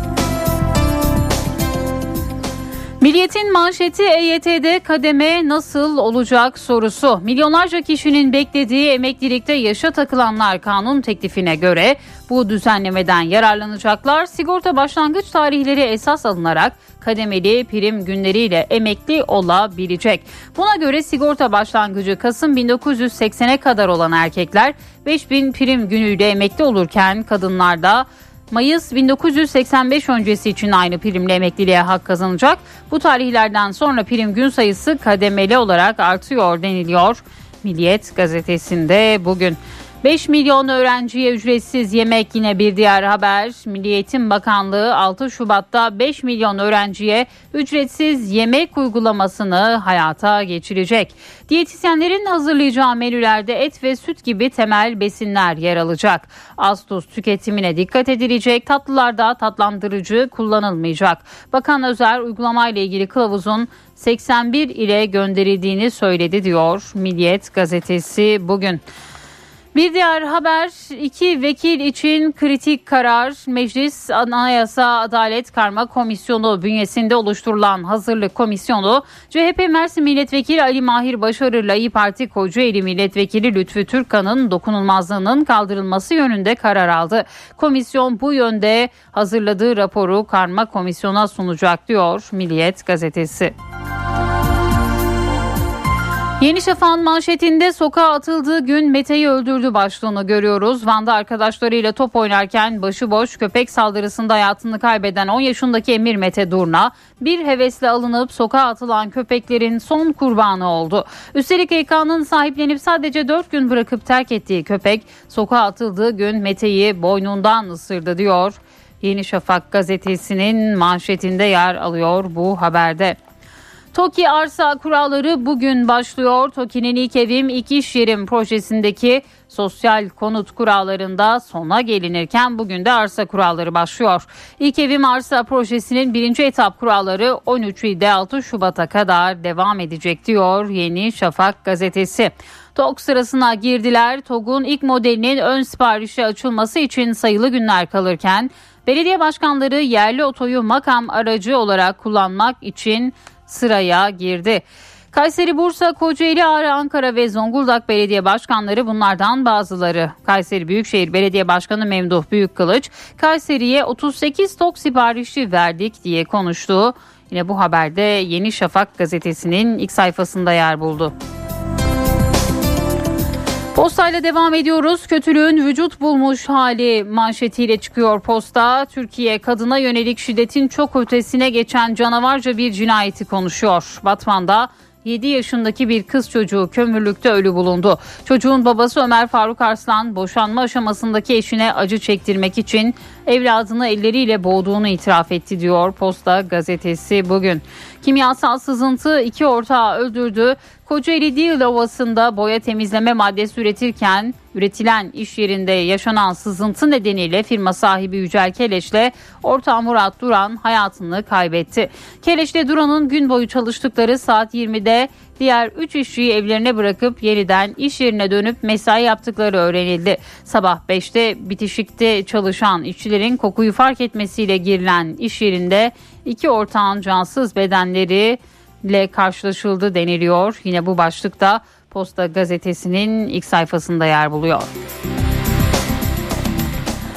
Milliyet'in manşeti EYT'de kademe nasıl olacak sorusu. Milyonlarca kişinin beklediği emeklilikte yaşa takılanlar kanun teklifine göre bu düzenlemeden yararlanacaklar. Sigorta başlangıç tarihleri esas alınarak kademeli prim günleriyle emekli olabilecek. Buna göre sigorta başlangıcı Kasım 1980'e kadar olan erkekler 5000 prim günüyle emekli olurken kadınlarda Mayıs 1985 öncesi için aynı primle emekliliğe hak kazanacak. Bu tarihlerden sonra prim gün sayısı kademeli olarak artıyor deniliyor. Milliyet gazetesinde bugün. 5 milyon öğrenciye ücretsiz yemek yine bir diğer haber. Milli Eğitim Bakanlığı 6 Şubat'ta 5 milyon öğrenciye ücretsiz yemek uygulamasını hayata geçirecek. Diyetisyenlerin hazırlayacağı menülerde et ve süt gibi temel besinler yer alacak. Az tuz tüketimine dikkat edilecek. Tatlılarda tatlandırıcı kullanılmayacak. Bakan Özer uygulamayla ilgili kılavuzun 81 ile gönderildiğini söyledi diyor Milliyet gazetesi bugün. Bir diğer haber, 2 vekil için kritik karar. Meclis Anayasa Adalet Karma Komisyonu bünyesinde oluşturulan hazırlık komisyonu CHP Mersin Milletvekili Ali Mahir Başarır'la İYİ Parti Kocaeli Milletvekili Lütfü Türkan'ın dokunulmazlığının kaldırılması yönünde karar aldı. Komisyon bu yönde hazırladığı raporu Karma Komisyon'a sunacak diyor Milliyet gazetesi. Yeni Şafak'ın manşetinde sokağa atıldığı gün Mete'yi öldürdü başlığını görüyoruz. Van'da arkadaşlarıyla top oynarken başıboş köpek saldırısında hayatını kaybeden 10 yaşındaki Emir Mete Durna bir hevesle alınıp sokağa atılan köpeklerin son kurbanı oldu. Üstelik EK'nın sahiplenip sadece 4 gün bırakıp terk ettiği köpek sokağa atıldığı gün Mete'yi boynundan ısırdı diyor. Yeni Şafak gazetesinin manşetinde yer alıyor bu haberde. TOKİ arsa kuralları bugün başlıyor. TOKİ'nin ilk evim ilk iş yerim projesindeki sosyal konut kurallarında sona gelinirken bugün de arsa kuralları başlıyor. İlk evim arsa projesinin birinci etap kuralları 13 ilde 6 Şubat'a kadar devam edecek diyor Yeni Şafak gazetesi. TOG sırasına girdiler. TOG'un ilk modelinin ön siparişi açılması için sayılı günler kalırken belediye başkanları yerli otoyu makam aracı olarak kullanmak için sıraya girdi. Kayseri, Bursa, Kocaeli, Ağrı, Ankara ve Zonguldak belediye başkanları bunlardan bazıları. Kayseri Büyükşehir Belediye Başkanı Memduh Büyükkılıç, Kayseri'ye 38 TOG siparişi verdik diye konuştu. Yine bu haberde Yeni Şafak gazetesinin ilk sayfasında yer buldu. Postayla devam ediyoruz. Kötülüğün vücut bulmuş hali manşetiyle çıkıyor Posta. Türkiye kadına yönelik şiddetin çok ötesine geçen canavarca bir cinayeti konuşuyor. Batman'da 7 yaşındaki bir kız çocuğu kömürlükte ölü bulundu. Çocuğun babası Ömer Faruk Arslan boşanma aşamasındaki eşine acı çektirmek için evladını elleriyle boğduğunu itiraf etti diyor Posta gazetesi bugün. Kimyasal sızıntı 2 ortağı öldürdü. Kocaeli Dil Ovası'nda boya temizleme maddesi üretilen iş yerinde yaşanan sızıntı nedeniyle firma sahibi Yücel Keleş'le ortağı Murat Duran hayatını kaybetti. Keleş'le Duran'ın gün boyu çalıştıkları saat 20'de diğer 3 işçiyi evlerine bırakıp yeniden iş yerine dönüp mesai yaptıkları öğrenildi. Sabah 5'te bitişikte çalışan işçilerin kokuyu fark etmesiyle girilen iş yerinde 2 ortağın cansız bedenleriyle karşılaşıldı deniliyor. Yine bu başlıkta Posta gazetesinin ilk sayfasında yer buluyor.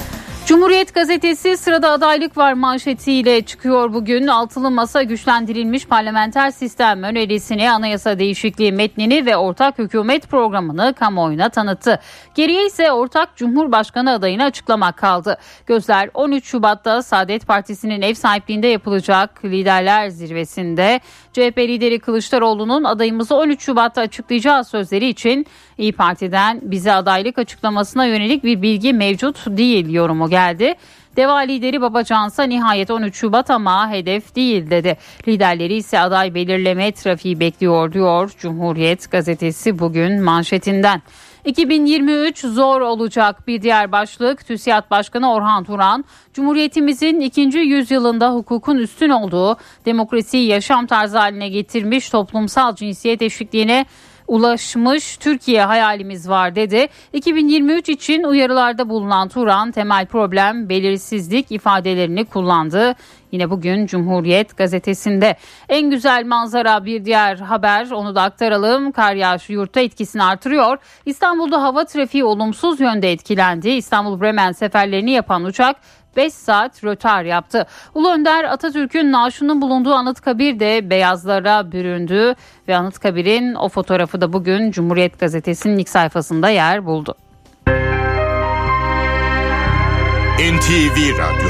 Cumhuriyet gazetesi sırada adaylık var manşetiyle çıkıyor bugün. Altılı Masa güçlendirilmiş parlamenter sistem önerisini, anayasa değişikliği metnini ve ortak hükümet programını kamuoyuna tanıttı. Geriye ise ortak Cumhurbaşkanı adayını açıklamak kaldı. Gözler 13 Şubat'ta Saadet Partisi'nin ev sahipliğinde yapılacak liderler zirvesinde. CHP lideri Kılıçdaroğlu'nun adayımızı 13 Şubat'ta açıklayacağı sözleri için İYİ Parti'den bize adaylık açıklamasına yönelik bir bilgi mevcut değil yorumu geldi. DEVA lideri Babacan'sa nihayet 13 Şubat ama hedef değil dedi. Liderleri ise aday belirleme trafiği bekliyor diyor Cumhuriyet gazetesi bugün manşetinden. 2023 zor olacak bir diğer başlık. TÜSİAD Başkanı Orhan Turan, Cumhuriyetimizin 2. yüzyılında hukukun üstün olduğu, demokrasiyi yaşam tarzı haline getirmiş toplumsal cinsiyet eşitliğine ulaşmış Türkiye hayalimiz var dedi. 2023 için uyarılarda bulunan Turan, temel problem belirsizlik ifadelerini kullandı. Yine bugün Cumhuriyet gazetesinde. En güzel manzara bir diğer haber, onu da aktaralım. Kar yağışı yurtta etkisini artırıyor. İstanbul'da hava trafiği olumsuz yönde etkilendi. İstanbul-Bremen seferlerini yapan uçak 5 saat rötar yaptı. Ulu Önder Atatürk'ün naaşının bulunduğu Anıtkabir de beyazlara büründü ve Anıtkabir'in o fotoğrafı da bugün Cumhuriyet Gazetesi'nin ilk sayfasında yer buldu. NTV Radyo.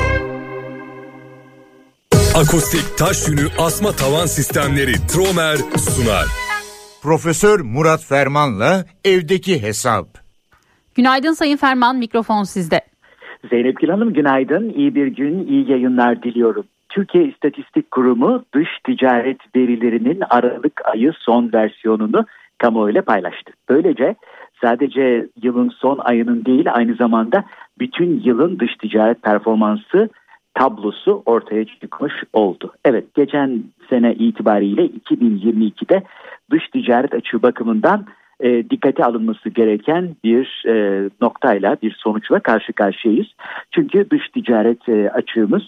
Akustik taş yünü asma tavan sistemleri Tromer sunar. Profesör Murat Ferman'la evdeki hesap. Günaydın Sayın Ferman, mikrofon sizde. Zeynep Gül Hanım günaydın, iyi bir gün, iyi yayınlar diliyorum. Türkiye İstatistik Kurumu dış ticaret verilerinin Aralık ayı son versiyonunu kamuoyuyla paylaştı. Böylece sadece yılın son ayının değil, aynı zamanda bütün yılın dış ticaret performansı tablosu ortaya çıkmış oldu. Evet, geçen sene itibariyle 2022'de dış ticaret açığı bakımından dikkate alınması gereken bir noktayla, bir sonuçla karşı karşıyayız. Çünkü dış ticaret açığımız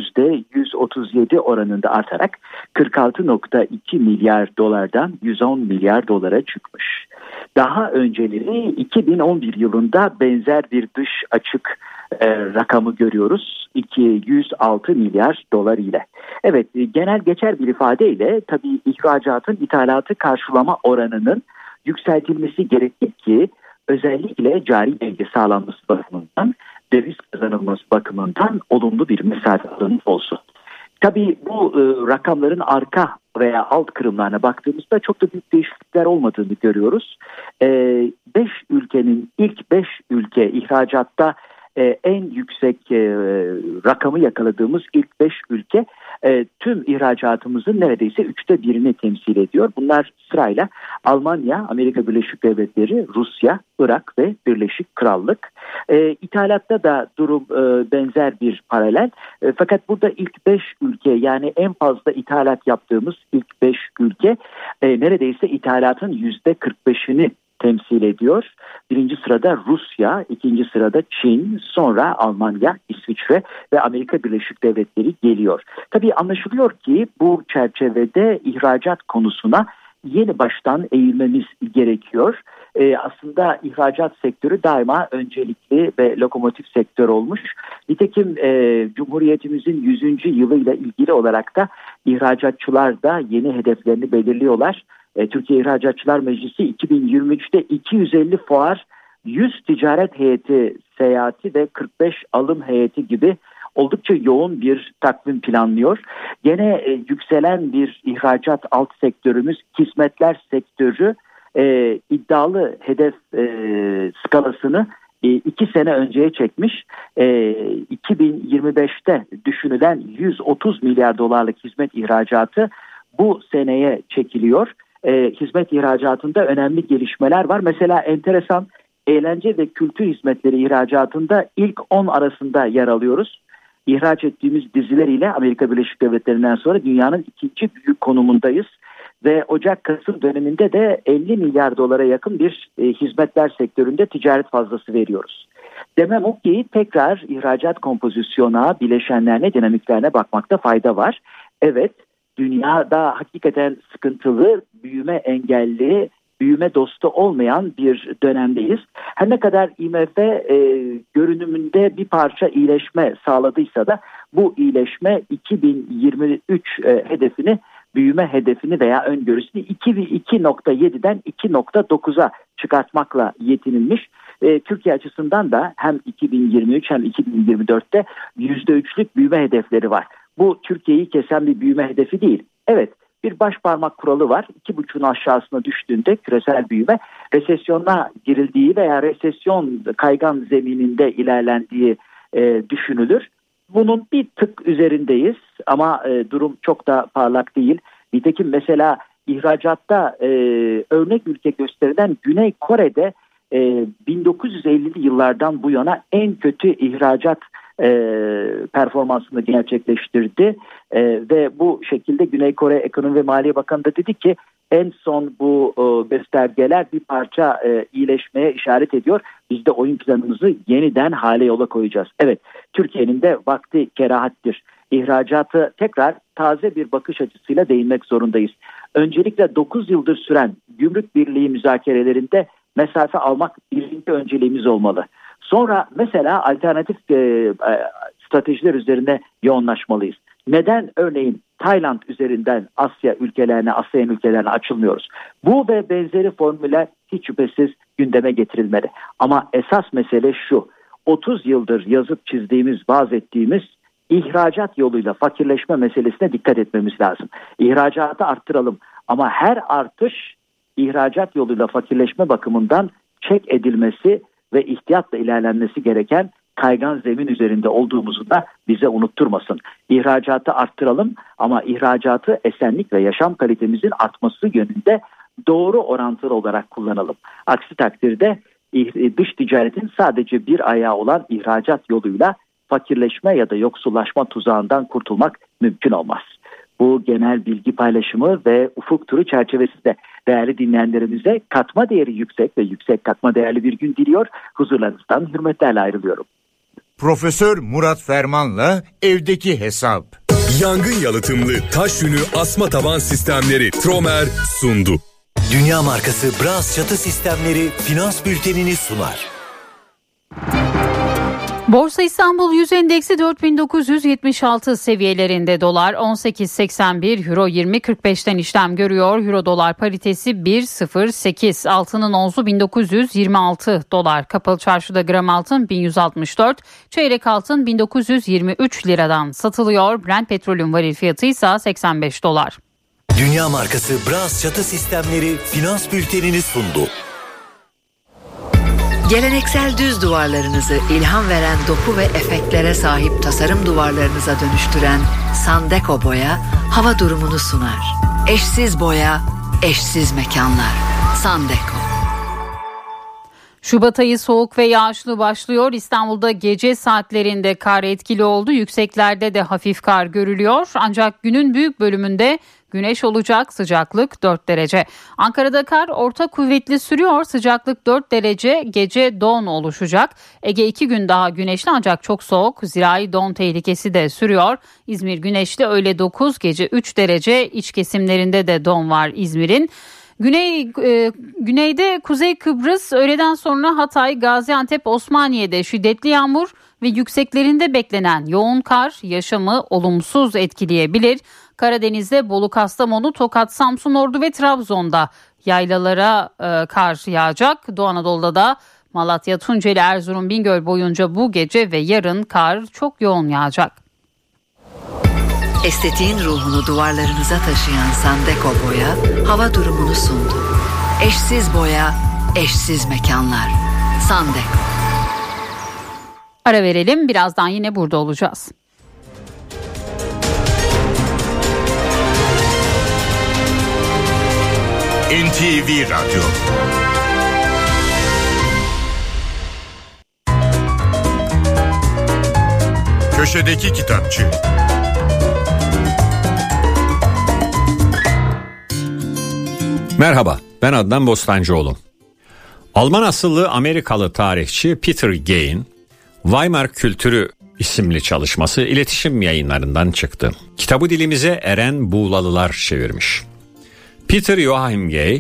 %137 oranında artarak 46.2 milyar dolardan 110 milyar dolara çıkmış. Daha önceleri 2011 yılında benzer bir dış açık rakamı görüyoruz. 206 milyar dolar ile. Evet, genel geçer bir ifadeyle tabii ihracatın ithalatı karşılama oranının yükseltilmesi gerekir ki özellikle cari denge sağlanması bakımından, döviz kazanılması bakımından olumlu bir mesafe alınmış olsun. Tabii bu rakamların arka veya alt kırımlarına baktığımızda çok da büyük değişiklikler olmadığını görüyoruz. 5 ülkenin ilk 5 ülke ihracatta en yüksek rakamı yakaladığımız ilk 5 ülke tüm ihracatımızın neredeyse 1/3'ünü temsil ediyor. Bunlar sırayla Almanya, Amerika Birleşik Devletleri, Rusya, Irak ve Birleşik Krallık. İthalatta da durum benzer bir paralel. Fakat burada ilk 5 ülke, yani en fazla ithalat yaptığımız ilk 5 ülke neredeyse ithalatın %45'ini temsil ediyor. Birinci sırada Rusya, ikinci sırada Çin, sonra Almanya, İsviçre ve Amerika Birleşik Devletleri geliyor. Tabii anlaşılıyor ki bu çerçevede ihracat konusuna yeni baştan eğilmemiz gerekiyor. Aslında ihracat sektörü daima öncelikli ve lokomotif sektör olmuş. Nitekim Cumhuriyetimizin 100. yılıyla ilgili olarak da ihracatçılar da yeni hedeflerini belirliyorlar. Türkiye İhracatçılar Meclisi 2023'te 250 fuar, 100 ticaret heyeti seyahati ve 45 alım heyeti gibi oldukça yoğun bir takvim planlıyor. Gene yükselen bir ihracat alt sektörümüz hizmetler sektörü iddialı hedef skalasını 2 sene önceye çekmiş. 2025'te düşünülen 130 milyar dolarlık hizmet ihracatı bu seneye çekiliyor. Hizmet ihracatında önemli gelişmeler var. Mesela enteresan, eğlence ve kültür hizmetleri ihracatında ilk 10 arasında yer alıyoruz. İhraç ettiğimiz diziler ile Amerika Birleşik Devletleri'nden sonra dünyanın ikinci büyük konumundayız. Ve Ocak-Kasım döneminde de 50 milyar dolara yakın bir hizmetler sektöründe ticaret fazlası veriyoruz. Demem o ki tekrar ihracat kompozisyona, bileşenlerine, dinamiklerine bakmakta fayda var. Evet, dünyada hakikaten sıkıntılı, büyüme engelli büyüme dostu olmayan bir dönemdeyiz. Her ne kadar IMF görünümünde bir parça iyileşme sağladıysa da bu iyileşme 2023 hedefini, büyüme hedefini veya öngörüsünü 2,7'den 2,9'a çıkartmakla yetinilmiş. Türkiye açısından da hem 2023 hem 2024'te %3'lük büyüme hedefleri var. Bu Türkiye'yi kesen bir büyüme hedefi değil. Evet, bir baş parmak kuralı var. 2,5'un aşağısına düştüğünde küresel büyüme, resesyona girildiği veya resesyon kaygan zemininde ilerlendiği düşünülür. Bunun bir tık üzerindeyiz ama durum çok da parlak değil. Nitekim mesela ihracatta örnek ülke gösterilen Güney Kore'de 1950'li yıllardan bu yana en kötü ihracat performansını gerçekleştirdi ve bu şekilde Güney Kore Ekonomi ve Maliye Bakanı da dedi ki en son bu göstergeler bir parça iyileşmeye işaret ediyor. Biz de oyun planımızı yeniden hale yola koyacağız. Evet, Türkiye'nin de vakti kerahattir. İhracatı tekrar taze bir bakış açısıyla değinmek zorundayız. Öncelikle 9 yıldır süren gümrük birliği müzakerelerinde mesafe almak birinci önceliğimiz olmalı. Sonra mesela alternatif stratejiler üzerine yoğunlaşmalıyız. Neden örneğin Tayland üzerinden Asya ülkelerine, ASEAN ülkelerine açılmıyoruz? Bu ve benzeri formüller hiç şüphesiz gündeme getirilmeli. Ama esas mesele şu: 30 yıldır yazıp çizdiğimiz, vaaz ettiğimiz ihracat yoluyla fakirleşme meselesine dikkat etmemiz lazım. İhracatı arttıralım ama her artış ihracat yoluyla fakirleşme bakımından çek edilmesi ve ihtiyatla ilerlenmesi gereken kaygan zemin üzerinde olduğumuzu da bize unutturmasın. İhracatı arttıralım ama ihracatı esenlik ve yaşam kalitemizin artması yönünde doğru orantılı olarak kullanalım. Aksi takdirde dış ticaretin sadece bir ayağı olan ihracat yoluyla fakirleşme ya da yoksullaşma tuzağından kurtulmak mümkün olmaz. Bu genel bilgi paylaşımı ve ufuk turu çerçevesinde değerli dinleyenlerimize katma değeri yüksek ve yüksek katma değerli bir gün diliyor. Huzurlarınızdan hürmetlerle ayrılıyorum. Profesör Murat Ferman'la evdeki hesap. Yangın yalıtımlı taş yünü asma tavan sistemleri Tromer sundu. Dünya markası Bras çatı sistemleri finans bültenini sunar. Borsa İstanbul Yüz Endeksi 4976 seviyelerinde, dolar 18.81, euro 20.45'ten işlem görüyor. Euro dolar paritesi 1.08, altının onzu 1926 dolar. Kapalı çarşıda gram altın 1164, çeyrek altın 1923 liradan satılıyor. Brent petrolün varil fiyatı ise 85 dolar. Dünya markası Bras çatı sistemleri finans bültenini sundu. Geleneksel düz duvarlarınızı ilham veren doku ve efektlere sahip tasarım duvarlarınıza dönüştüren Sandeko Boya hava durumunu sunar. Eşsiz boya, eşsiz mekanlar. Sandeko. Şubat ayı soğuk ve yağışlı başlıyor. İstanbul'da gece saatlerinde kar etkili oldu. Yükseklerde de hafif kar görülüyor. Ancak günün büyük bölümünde güneş olacak, sıcaklık 4 derece. Ankara'da kar orta kuvvetli sürüyor, sıcaklık 4 derece, gece don oluşacak. Ege 2 gün daha güneşli ancak çok soğuk, zirai don tehlikesi de sürüyor. İzmir güneşli, öğle 9, gece 3 derece, iç kesimlerinde de don var İzmir'in. Güneyde Kuzey Kıbrıs, öğleden sonra Hatay, Gaziantep, Osmaniye'de şiddetli yağmur ve yükseklerinde beklenen yoğun kar yaşamı olumsuz etkileyebilir. Karadeniz'de Bolu, Kastamonu, Tokat, Samsun, Ordu ve Trabzon'da yaylalara kar yağacak. Doğu Anadolu'da da Malatya, Tunceli, Erzurum, Bingöl boyunca bu gece ve yarın kar çok yoğun yağacak. Estetiğin ruhunu duvarlarınıza taşıyan Sandeko Boya hava durumunu sundu. Eşsiz boya, eşsiz mekanlar. Sandeko. Ara verelim, birazdan yine burada olacağız. NTV Radyo. Köşedeki Kitapçı. Merhaba, ben Adnan Bostancıoğlu. Alman asıllı Amerikalı tarihçi Peter Gein, Weimar Kültürü isimli çalışması iletişim yayınlarından çıktı. Kitabı dilimize Eren Buğlalılar çevirmiş. Peter Joachim Gey,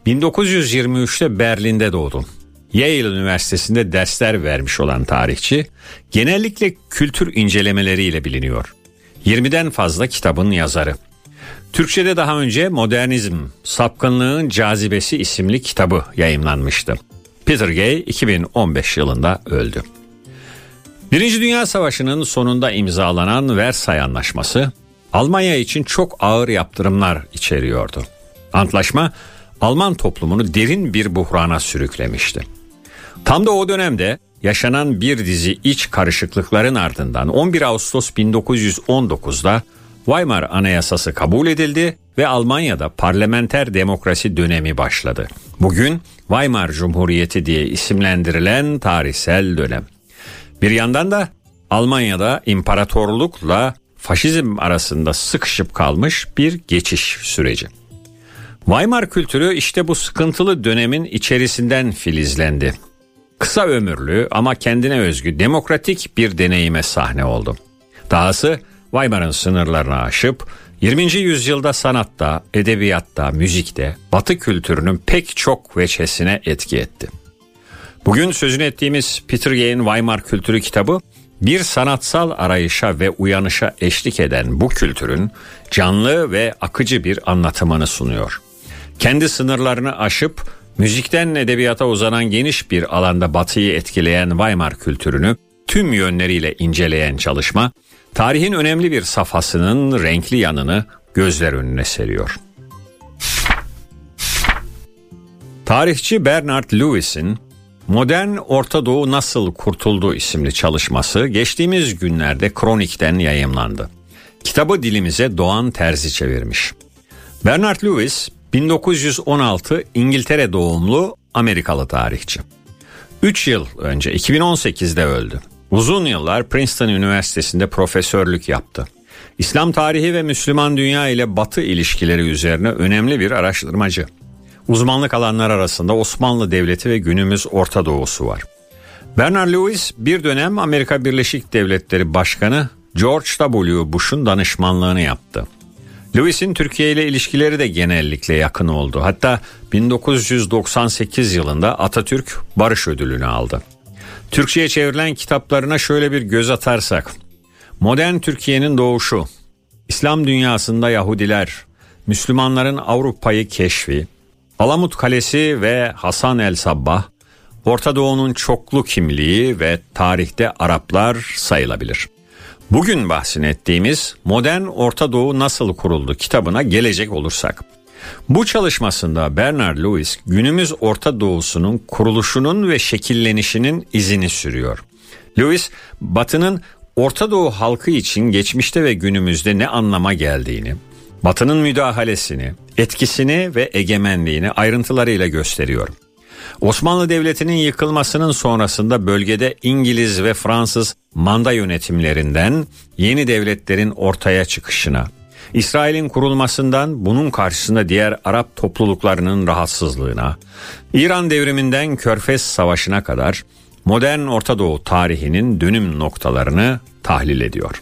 1923'te Berlin'de doğdu. Yale Üniversitesi'nde dersler vermiş olan tarihçi, genellikle kültür incelemeleriyle biliniyor. 20'den fazla kitabın yazarı. Türkçe'de daha önce Modernizm, Sapkınlığın Cazibesi isimli kitabı yayımlanmıştı. Peter Gay 2015 yılında öldü. Birinci Dünya Savaşı'nın sonunda imzalanan Versay Anlaşması, Almanya için çok ağır yaptırımlar içeriyordu. Antlaşma, Alman toplumunu derin bir buhrana sürüklemişti. Tam da o dönemde yaşanan bir dizi iç karışıklıkların ardından 11 Ağustos 1919'da Weimar Anayasası kabul edildi ve Almanya'da parlamenter demokrasi dönemi başladı. Bugün Weimar Cumhuriyeti diye isimlendirilen tarihsel dönem. Bir yandan da Almanya'da imparatorlukla faşizm arasında sıkışıp kalmış bir geçiş süreci. Weimar kültürü işte bu sıkıntılı dönemin içerisinden filizlendi. Kısa ömürlü ama kendine özgü demokratik bir deneyime sahne oldu. Dahası Weimar'ın sınırlarını aşıp 20. yüzyılda sanatta, edebiyatta, müzikte Batı kültürünün pek çok veçesine etki etti. Bugün sözünü ettiğimiz Peter Gay'in Weimar Kültürü kitabı bir sanatsal arayışa ve uyanışa eşlik eden bu kültürün canlı ve akıcı bir anlatımını sunuyor. Kendi sınırlarını aşıp müzikten edebiyata uzanan geniş bir alanda Batı'yı etkileyen Weimar kültürünü tüm yönleriyle inceleyen çalışma, tarihin önemli bir safhasının renkli yanını gözler önüne seriyor. Tarihçi Bernard Lewis'in Modern Orta Doğu Nasıl Kurtuldu isimli çalışması geçtiğimiz günlerde Kronik'ten yayımlandı. Kitabı dilimize Doğan Terzi çevirmiş. Bernard Lewis 1916 İngiltere doğumlu Amerikalı tarihçi. 3 yıl önce 2018'de öldü. Uzun yıllar Princeton Üniversitesi'nde profesörlük yaptı. İslam tarihi ve Müslüman dünya ile Batı ilişkileri üzerine önemli bir araştırmacı. Uzmanlık alanlar arasında Osmanlı Devleti ve günümüz Orta Doğu'su var. Bernard Lewis bir dönem Amerika Birleşik Devletleri Başkanı George W. Bush'un danışmanlığını yaptı. Lewis'in Türkiye ile ilişkileri de genellikle yakın oldu. Hatta 1998 yılında Atatürk Barış Ödülünü aldı. Türkçe'ye çevrilen kitaplarına şöyle bir göz atarsak: Modern Türkiye'nin doğuşu, İslam dünyasında Yahudiler, Müslümanların Avrupa'yı keşfi, Alamut Kalesi ve Hasan el Sabbah, Orta Doğu'nun çoklu kimliği ve tarihte Araplar sayılabilir. Bugün bahsini ettiğimiz Modern Orta Doğu Nasıl Kuruldu kitabına gelecek olursak, bu çalışmasında Bernard Lewis günümüz Orta Doğu'sunun kuruluşunun ve şekillenişinin izini sürüyor. Lewis, Batı'nın Orta Doğu halkı için geçmişte ve günümüzde ne anlama geldiğini, Batı'nın müdahalesini, etkisini ve egemenliğini ayrıntılarıyla gösteriyor. Osmanlı Devleti'nin yıkılmasının sonrasında bölgede İngiliz ve Fransız manda yönetimlerinden yeni devletlerin ortaya çıkışına, İsrail'in kurulmasından bunun karşısında diğer Arap topluluklarının rahatsızlığına, İran devriminden Körfez Savaşı'na kadar modern Orta Doğu tarihinin dönüm noktalarını tahlil ediyor.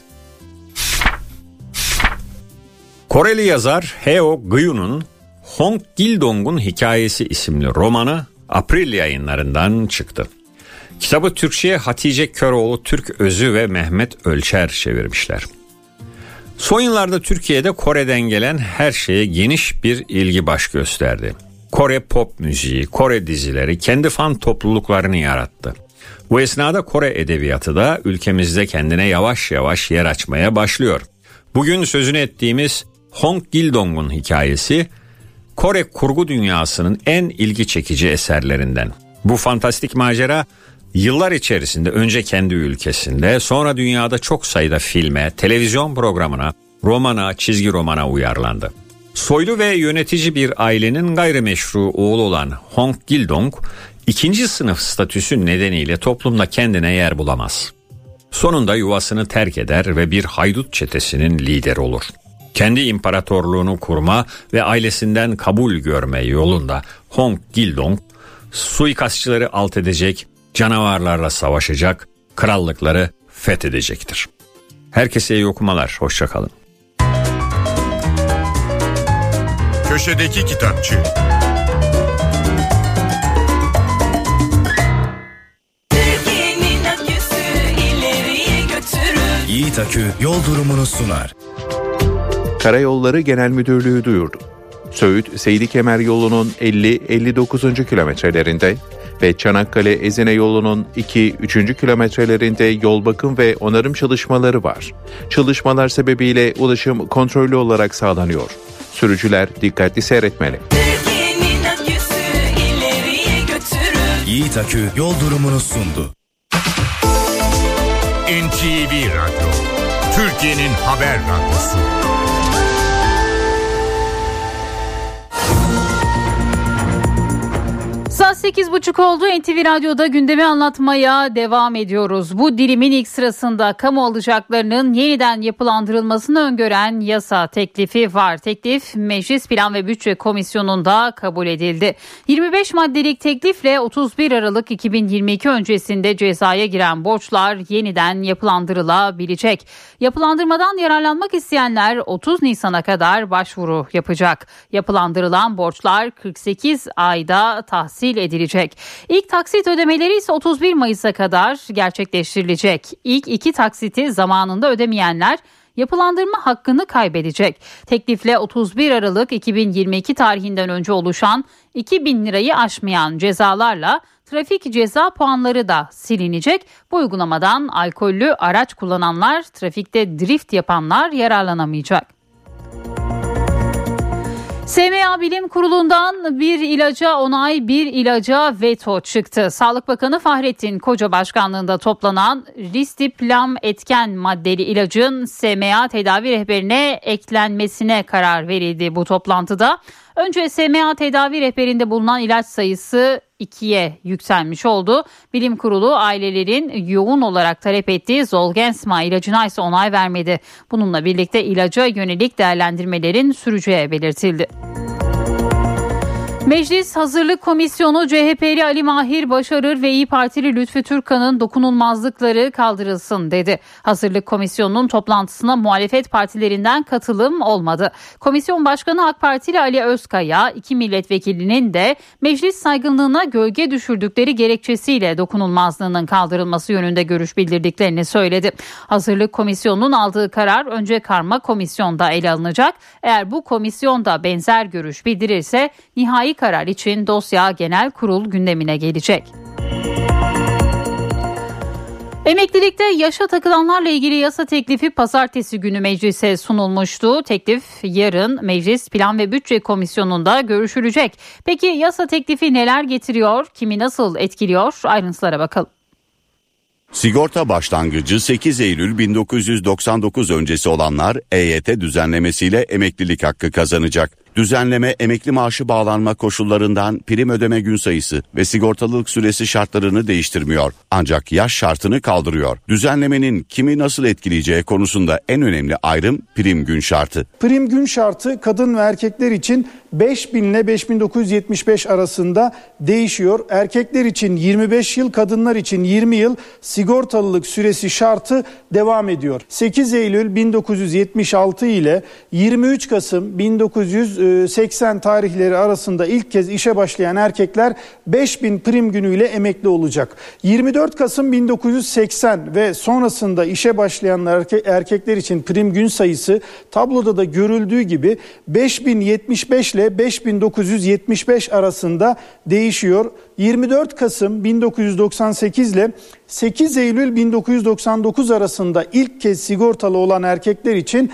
Koreli yazar Heo Gyun'un Hong Gildong'un Hikayesi isimli romanı April yayınlarından çıktı. Kitabı Türkçe'ye Hatice Köroğlu Türk Özü ve Mehmet Ölçer çevirmişler. Son yıllarda Türkiye'de Kore'den gelen her şeye geniş bir ilgi baş gösterdi. Kore pop müziği, Kore dizileri kendi fan topluluklarını yarattı. Bu esnada Kore edebiyatı da ülkemizde kendine yavaş yavaş yer açmaya başlıyor. Bugün sözünü ettiğimiz Hong Gildong'un hikayesi Kore kurgu dünyasının en ilgi çekici eserlerinden. Bu fantastik macera yıllar içerisinde önce kendi ülkesinde, sonra dünyada çok sayıda filme, televizyon programına, romana, çizgi romana uyarlandı. Soylu ve yönetici bir ailenin gayrimeşru oğlu olan Hong Gildong, ikinci sınıf statüsü nedeniyle toplumda kendine yer bulamaz. Sonunda yuvasını terk eder ve bir haydut çetesinin lideri olur. Kendi imparatorluğunu kurma ve ailesinden kabul görme yolunda Hong Gildong, suikastçıları alt edecek, canavarlarla savaşacak, krallıkları fethedecektir. Herkese iyi okumalar, hoşça kalın. Köşedeki Kitapçı. Yiğit Akü yol durumunu sunar. Karayolları Genel Müdürlüğü duyurdu. Söğüt Seydi Kemer yolunun 50-59. kilometrelerinde ve Çanakkale-Ezine yolunun 2-3. kilometrelerinde yol bakım ve onarım çalışmaları var. Çalışmalar sebebiyle ulaşım kontrollü olarak sağlanıyor. Sürücüler dikkatli seyretmeli. Yiğit Akü yol durumunu sundu. NTV Radyo, Türkiye'nin haber radyosu. Saat 8.30 oldu. NTV Radyo'da gündemi anlatmaya devam ediyoruz. Bu dilimin ilk sırasında kamu alacaklarının yeniden yapılandırılmasını öngören yasa teklifi var. Teklif Meclis Plan ve Bütçe Komisyonu'nda kabul edildi. 25 maddelik teklifle 31 Aralık 2022 öncesinde cezaya giren borçlar yeniden yapılandırılabilecek. Yapılandırmadan yararlanmak isteyenler 30 Nisan'a kadar başvuru yapacak. Yapılandırılan borçlar 48 ayda tahsil edilecek. İlk taksit ödemeleri ise 31 Mayıs'a kadar gerçekleştirilecek. İlk 2 taksiti zamanında ödemeyenler yapılandırma hakkını kaybedecek. Teklifle 31 Aralık 2022 tarihinden önce oluşan 2.000 lirayı aşmayan cezalarla trafik ceza puanları da silinecek. Bu uygulamadan alkollü araç kullananlar, trafikte drift yapanlar yararlanamayacak. SMA Bilim Kurulu'ndan bir ilaca onay, bir ilaca veto çıktı. Sağlık Bakanı Fahrettin Koca başkanlığında toplanan Risdiplam etken maddeli ilacın SMA tedavi rehberine eklenmesine karar verildi bu toplantıda. Önce SMA tedavi rehberinde bulunan ilaç sayısı 2'ye yükselmiş oldu. Bilim Kurulu ailelerin yoğun olarak talep ettiği Zolgensma ilacına ise onay vermedi. Bununla birlikte ilaca yönelik değerlendirmelerin süreceği belirtildi. Meclis Hazırlık Komisyonu CHP'li Ali Mahir Başarır ve İYİ Partili Lütfü Türkan'ın dokunulmazlıkları kaldırılsın dedi. Hazırlık Komisyonu'nun toplantısına muhalefet partilerinden katılım olmadı. Komisyon Başkanı AK Partili Ali Özkaya, 2 milletvekilinin de meclis saygınlığına gölge düşürdükleri gerekçesiyle dokunulmazlığının kaldırılması yönünde görüş bildirdiklerini söyledi. Hazırlık Komisyonu'nun aldığı karar önce karma komisyonda ele alınacak. Eğer bu komisyonda benzer görüş bildirirse nihai karar için dosya genel kurul gündemine gelecek. Emeklilikte yaşa takılanlarla ilgili yasa teklifi pazartesi günü meclise sunulmuştu. Teklif yarın Meclis Plan ve Bütçe Komisyonu'nda görüşülecek. Peki yasa teklifi neler getiriyor, kimi nasıl etkiliyor? Ayrıntılara bakalım. Sigorta başlangıcı 8 Eylül 1999 öncesi olanlar EYT düzenlemesiyle emeklilik hakkı kazanacak. Düzenleme emekli maaşı bağlanma koşullarından prim ödeme gün sayısı ve sigortalılık süresi şartlarını değiştirmiyor. Ancak yaş şartını kaldırıyor. Düzenlemenin kimi nasıl etkileyeceği konusunda en önemli ayrım prim gün şartı. Prim gün şartı kadın ve erkekler için 5.000 ile 5.975 arasında değişiyor. Erkekler için 25 yıl, kadınlar için 20 yıl sigortalılık süresi şartı devam ediyor. 8 Eylül 1976 ile 23 Kasım 1980 tarihleri arasında ilk kez işe başlayan erkekler 5.000 prim günüyle emekli olacak. 24 Kasım 1980 ve sonrasında işe başlayanlar erkekler için prim gün sayısı tabloda da görüldüğü gibi 5.075 ile 5.975 arasında değişiyor. 24 Kasım 1998 ile 8 Eylül 1999 arasında ilk kez sigortalı olan erkekler için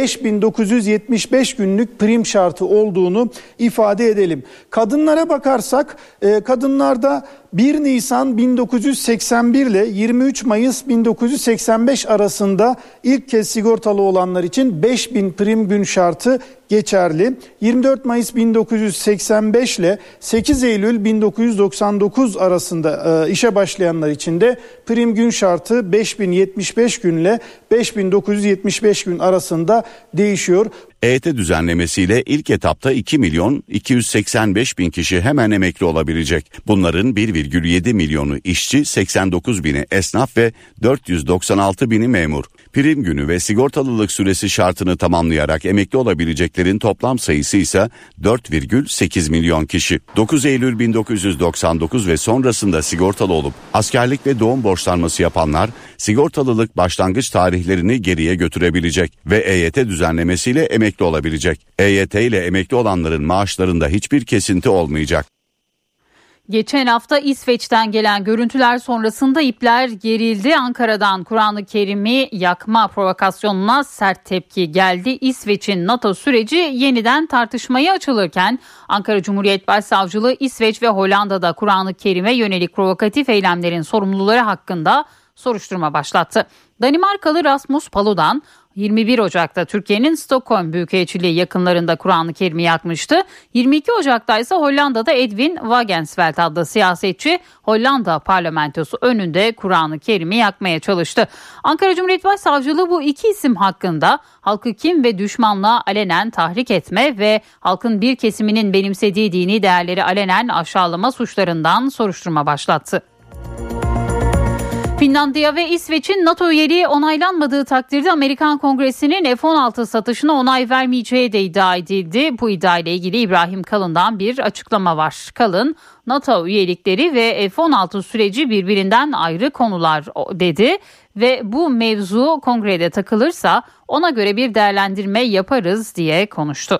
5.975 günlük prim şartı olduğunu ifade edelim. Kadınlara bakarsak kadınlarda 1 Nisan 1981 ile 23 Mayıs 1985 arasında ilk kez sigortalı olanlar için 5.000 prim gün şartı geçerli. 24 Mayıs 1985 ile 8 Eylül 1999 arasında işe başlayanlar için de prim gün şartı 5.075 gün ile 5.975 gün arasında değişiyor. EYT düzenlemesiyle ilk etapta 2.285.000 kişi hemen emekli olabilecek. Bunların 1,7 milyonu işçi, 89.000'i esnaf ve 496.000'i memur. Prim günü ve sigortalılık süresi şartını tamamlayarak emekli olabileceklerin toplam sayısı ise 4,8 milyon kişi. 9 Eylül 1999 ve sonrasında sigortalı olup askerlik ve doğum borçlanması yapanlar sigortalılık başlangıç tarihlerini geriye götürebilecek ve EYT düzenlemesiyle emekli olabilecek. EYT ile emekli olanların maaşlarında hiçbir kesinti olmayacak. Geçen hafta İsveç'ten gelen görüntüler sonrasında ipler gerildi. Ankara'dan Kur'an-ı Kerim'i yakma provokasyonuna sert tepki geldi. İsveç'in NATO süreci yeniden tartışmaya açılırken Ankara Cumhuriyet Başsavcılığı İsveç ve Hollanda'da Kur'an-ı Kerim'e yönelik provokatif eylemlerin sorumluları hakkında soruşturma başlattı. Danimarkalı Rasmus Paludan 21 Ocak'ta Türkiye'nin Stockholm Büyükelçiliği yakınlarında Kur'an-ı Kerim'i yakmıştı. 22 Ocak'ta ise Hollanda'da Edwin Wagensveld adlı siyasetçi Hollanda parlamentosu önünde Kur'an-ı Kerim'i yakmaya çalıştı. Ankara Cumhuriyet Başsavcılığı bu iki isim hakkında halkı kin ve düşmanlığa alenen tahrik etme ve halkın bir kesiminin benimsediği dini değerleri alenen aşağılama suçlarından soruşturma başlattı. Finlandiya ve İsveç'in NATO üyeliği onaylanmadığı takdirde Amerikan Kongresi'nin F-16 satışına onay vermeyeceği de iddia edildi. Bu iddia ile ilgili İbrahim Kalın'dan bir açıklama var. Kalın, NATO üyelikleri ve F-16 süreci birbirinden ayrı konular dedi ve bu mevzu kongrede takılırsa ona göre bir değerlendirme yaparız diye konuştu.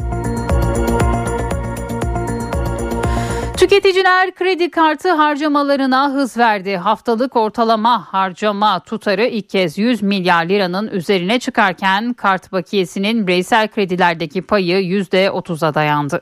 Tüketiciler kredi kartı harcamalarına hız verdi. Haftalık ortalama harcama tutarı ilk kez 100 milyar liranın üzerine çıkarken kart bakiyesinin bireysel kredilerdeki payı %30'a dayandı.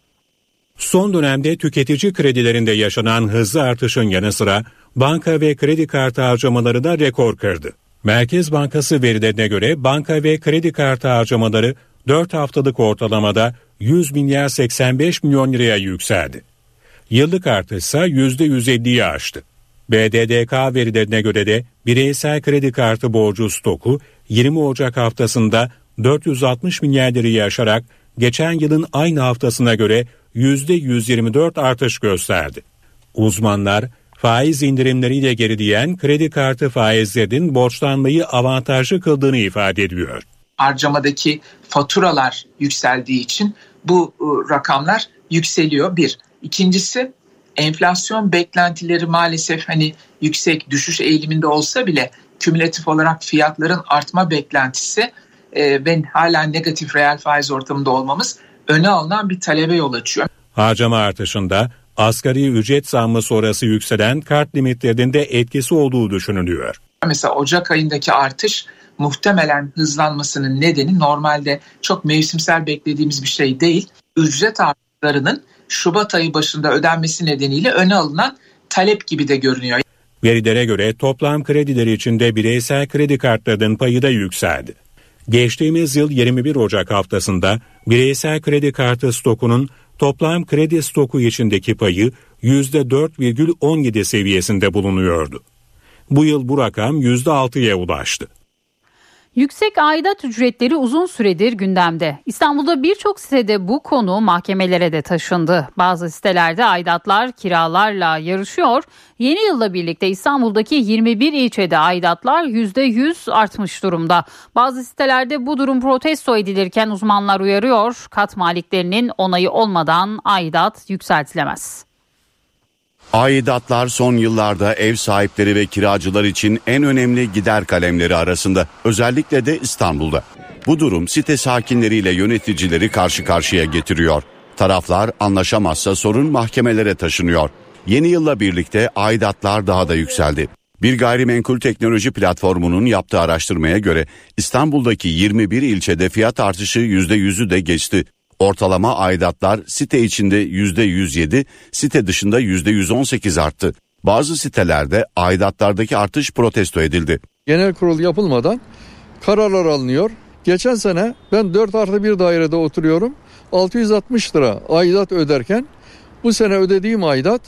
Son dönemde tüketici kredilerinde yaşanan hızlı artışın yanı sıra banka ve kredi kartı harcamaları da rekor kırdı. Merkez Bankası verilerine göre banka ve kredi kartı harcamaları 4 haftalık ortalamada 100 milyar 85 milyon liraya yükseldi. Yıllık artışsa %150'yi aştı. BDDK verilerine göre de bireysel kredi kartı borcu stoku 20 Ocak haftasında 460 milyar lirayı aşarak geçen yılın aynı haftasına göre %124 artış gösterdi. Uzmanlar faiz indirimleriyle gerileyen kredi kartı faizlerinin borçlanmayı avantajlı kıldığını ifade ediyor. Harcamadaki faturalar yükseldiği için bu rakamlar yükseliyor bir. İkincisi enflasyon beklentileri maalesef yüksek düşüş eğiliminde olsa bile kümülatif olarak fiyatların artma beklentisi ve hala negatif reel faiz ortamında olmamız öne alınan bir talebe yol açıyor. Harcama artışında asgari ücret zammı sonrası yükselen kart limitlerinin de etkisi olduğu düşünülüyor. Mesela Ocak ayındaki artış muhtemelen hızlanmasının nedeni normalde çok mevsimsel beklediğimiz bir şey değil. Ücret artışlarının Şubat ayı başında ödenmesi nedeniyle öne alınan talep gibi de görünüyor. Verilere göre toplam kredileri içinde bireysel kredi kartlarının payı da yükseldi. Geçtiğimiz yıl 21 Ocak haftasında bireysel kredi kartı stokunun toplam kredi stoku içindeki payı %4,17 seviyesinde bulunuyordu. Bu yıl bu rakam %6'ya ulaştı. Yüksek aidat ücretleri uzun süredir gündemde. İstanbul'da birçok sitede bu konu mahkemelere de taşındı. Bazı sitelerde aidatlar kiralarla yarışıyor. Yeni yılla birlikte İstanbul'daki 21 ilçede aidatlar %100 artmış durumda. Bazı sitelerde bu durum protesto edilirken uzmanlar uyarıyor. Kat maliklerinin onayı olmadan aidat yükseltilemez. Aidatlar son yıllarda ev sahipleri ve kiracılar için en önemli gider kalemleri arasında. Özellikle de İstanbul'da. Bu durum site sakinleriyle yöneticileri karşı karşıya getiriyor. Taraflar anlaşamazsa sorun mahkemelere taşınıyor. Yeni yılla birlikte aidatlar daha da yükseldi. Bir gayrimenkul teknoloji platformunun yaptığı araştırmaya göre İstanbul'daki 21 ilçede fiyat artışı %100'ü de geçti. Ortalama aidatlar site içinde %107, site dışında %118 arttı. Bazı sitelerde aidatlardaki artış protesto edildi. Genel kurul yapılmadan kararlar alınıyor. Geçen sene ben 4+1 dairede oturuyorum. 660 lira aidat öderken bu sene ödediğim aidat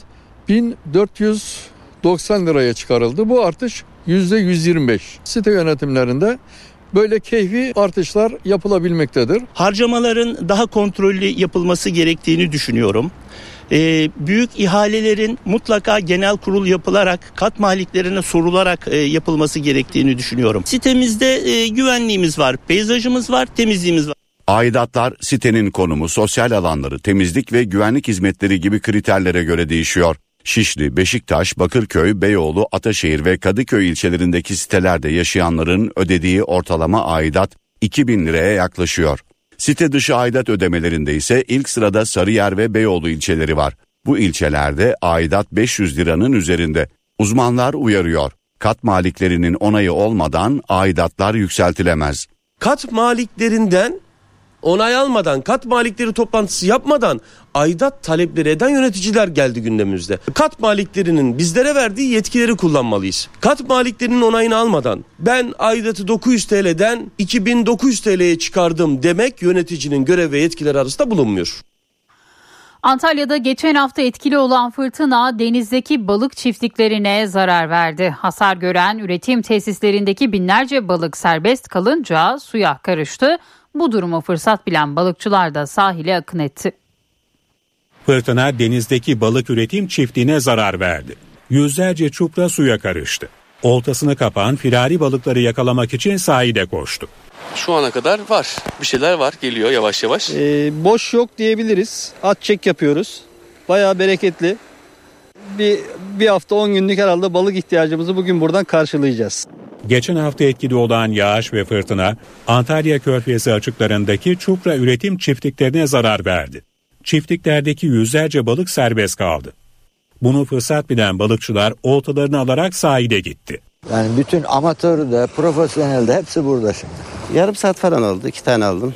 1490 liraya çıkarıldı. Bu artış %125. Site yönetimlerinde böyle keyfi artışlar yapılabilmektedir. Harcamaların daha kontrollü yapılması gerektiğini düşünüyorum. Büyük ihalelerin mutlaka genel kurul yapılarak, kat maliklerine sorularak yapılması gerektiğini düşünüyorum. Sitemizde güvenliğimiz var, peyzajımız var, temizliğimiz var. Aidatlar sitenin konumu, sosyal alanları, temizlik ve güvenlik hizmetleri gibi kriterlere göre değişiyor. Şişli, Beşiktaş, Bakırköy, Beyoğlu, Ataşehir ve Kadıköy ilçelerindeki sitelerde yaşayanların ödediği ortalama aidat 2.000 liraya yaklaşıyor. Site dışı aidat ödemelerinde ise ilk sırada Sarıyer ve Beyoğlu ilçeleri var. Bu ilçelerde aidat 500 liranın üzerinde. Uzmanlar uyarıyor. Kat maliklerinin onayı olmadan aidatlar yükseltilemez. Kat maliklerinden onay almadan, kat malikleri toplantısı yapmadan aidat talepleri eden yöneticiler geldi gündemimizde. Kat maliklerinin bizlere verdiği yetkileri kullanmalıyız. Kat maliklerinin onayını almadan ben aidatı 900 TL'den 2900 TL'ye çıkardım demek yöneticinin görev ve yetkileri arasında bulunmuyor. Antalya'da geçen hafta etkili olan fırtına denizdeki balık çiftliklerine zarar verdi. Hasar gören üretim tesislerindeki binlerce balık serbest kalınca suya karıştı. Bu durumu fırsat bilen balıkçılar da sahile akın etti. Fırtına denizdeki balık üretim çiftliğine zarar verdi. Yüzlerce çupra suya karıştı. Oltasını kapan firari balıkları yakalamak için sahile koştu. Şu ana kadar var. Bir şeyler var, geliyor yavaş yavaş. Boş yok diyebiliriz. At çek yapıyoruz. Bayağı bereketli. Bir hafta 10 günlük herhalde balık ihtiyacımızı bugün buradan karşılayacağız. Geçen hafta etkili olan yağış ve fırtına Antalya Körfezi açıklarındaki çupra üretim çiftliklerine zarar verdi. Çiftliklerdeki yüzlerce balık serbest kaldı. Bunu fırsat bilen balıkçılar oltalarını alarak sahile gitti. Yani bütün amatör de profesyonel de hepsi burada şimdi. Yarım saat falan oldu. 2 tane aldım.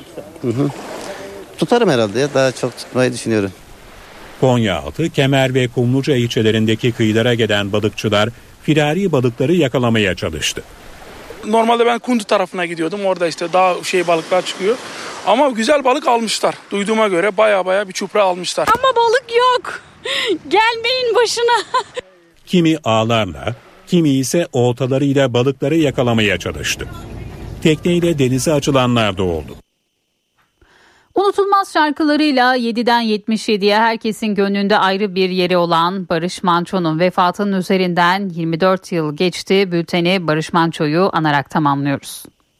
Tutarım herhalde ya. Daha çok tutmayı düşünüyorum. Konyaaltı, Kemer ve Kumluca ilçelerindeki kıyılara gelen balıkçılar firari balıkları yakalamaya çalıştı. Normalde ben Kundu tarafına gidiyordum. Orada işte daha balıklar çıkıyor. Ama güzel balık almışlar. Duyduğuma göre baya bir çupra almışlar. Ama balık yok. Gelmeyin başına. Kimi ağlarla, kimi ise oltalarıyla balıkları yakalamaya çalıştı. Tekneyle denize açılanlar da oldu. Unutulmaz şarkılarıyla 7'den 77'ye herkesin gönlünde ayrı bir yeri olan Barış Manço'nun vefatının üzerinden 24 yıl geçti. Bülteni Barış Manço'yu anarak tamamlıyoruz.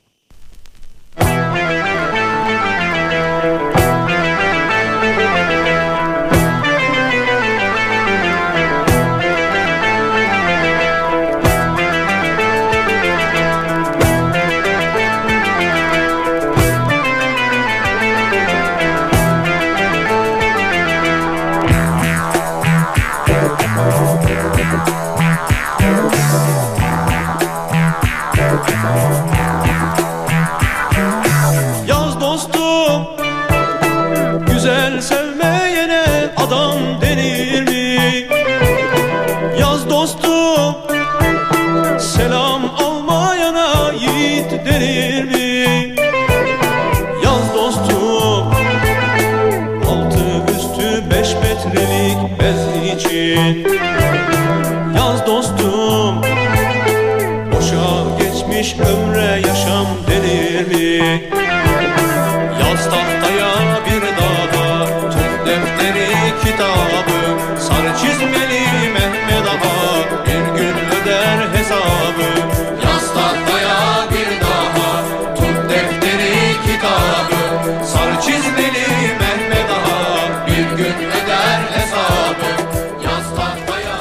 Yaz dostum, güzel sevmeyene adam denir mi? Yaz dostum, selam almayana yiğit denir mi? Yaz dostum, altı üstü 5 metrelik bez için. Yaz dostum, boşa geçmiş ömre yaşam denir mi? Yaz tahtaya bir daha tut defteri kitabı, sarı çizmeli Mehmet Ağa bir gün öder hesabı. Yaz tahtaya bir daha tut defteri kitabı, sarı çizmeli Mehmet Ağa bir gün öder hesabı. Yaz tahtaya.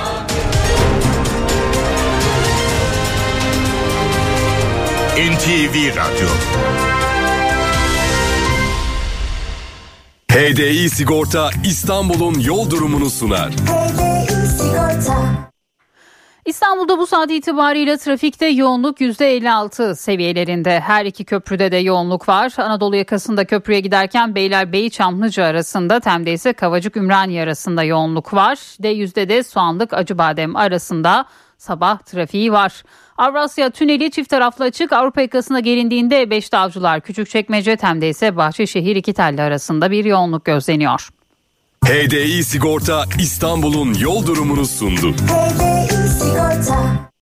NTV Radyo. HDI Sigorta İstanbul'un yol durumunu sunar. İstanbul'da bu saat itibariyle trafikte yoğunluk %56 seviyelerinde. Her iki köprüde de yoğunluk var. Anadolu yakasında köprüye giderken Beylerbeyi-Çamlıca arasında, Tem'de ise Kavacık-Ümraniye arasında yoğunluk var. D100'de de Soğanlık-Acıbadem arasında sabah trafiği var. Avrasya Tüneli çift taraflı açık. Avrupa yakasına gelindiğinde E5'te Avcılar Küçükçekmece, Tem'de ise Bahçeşehir İkitelli arasında bir yoğunluk gözleniyor. HDI Sigorta İstanbul'un yol durumunu sundu. HDI Sigorta.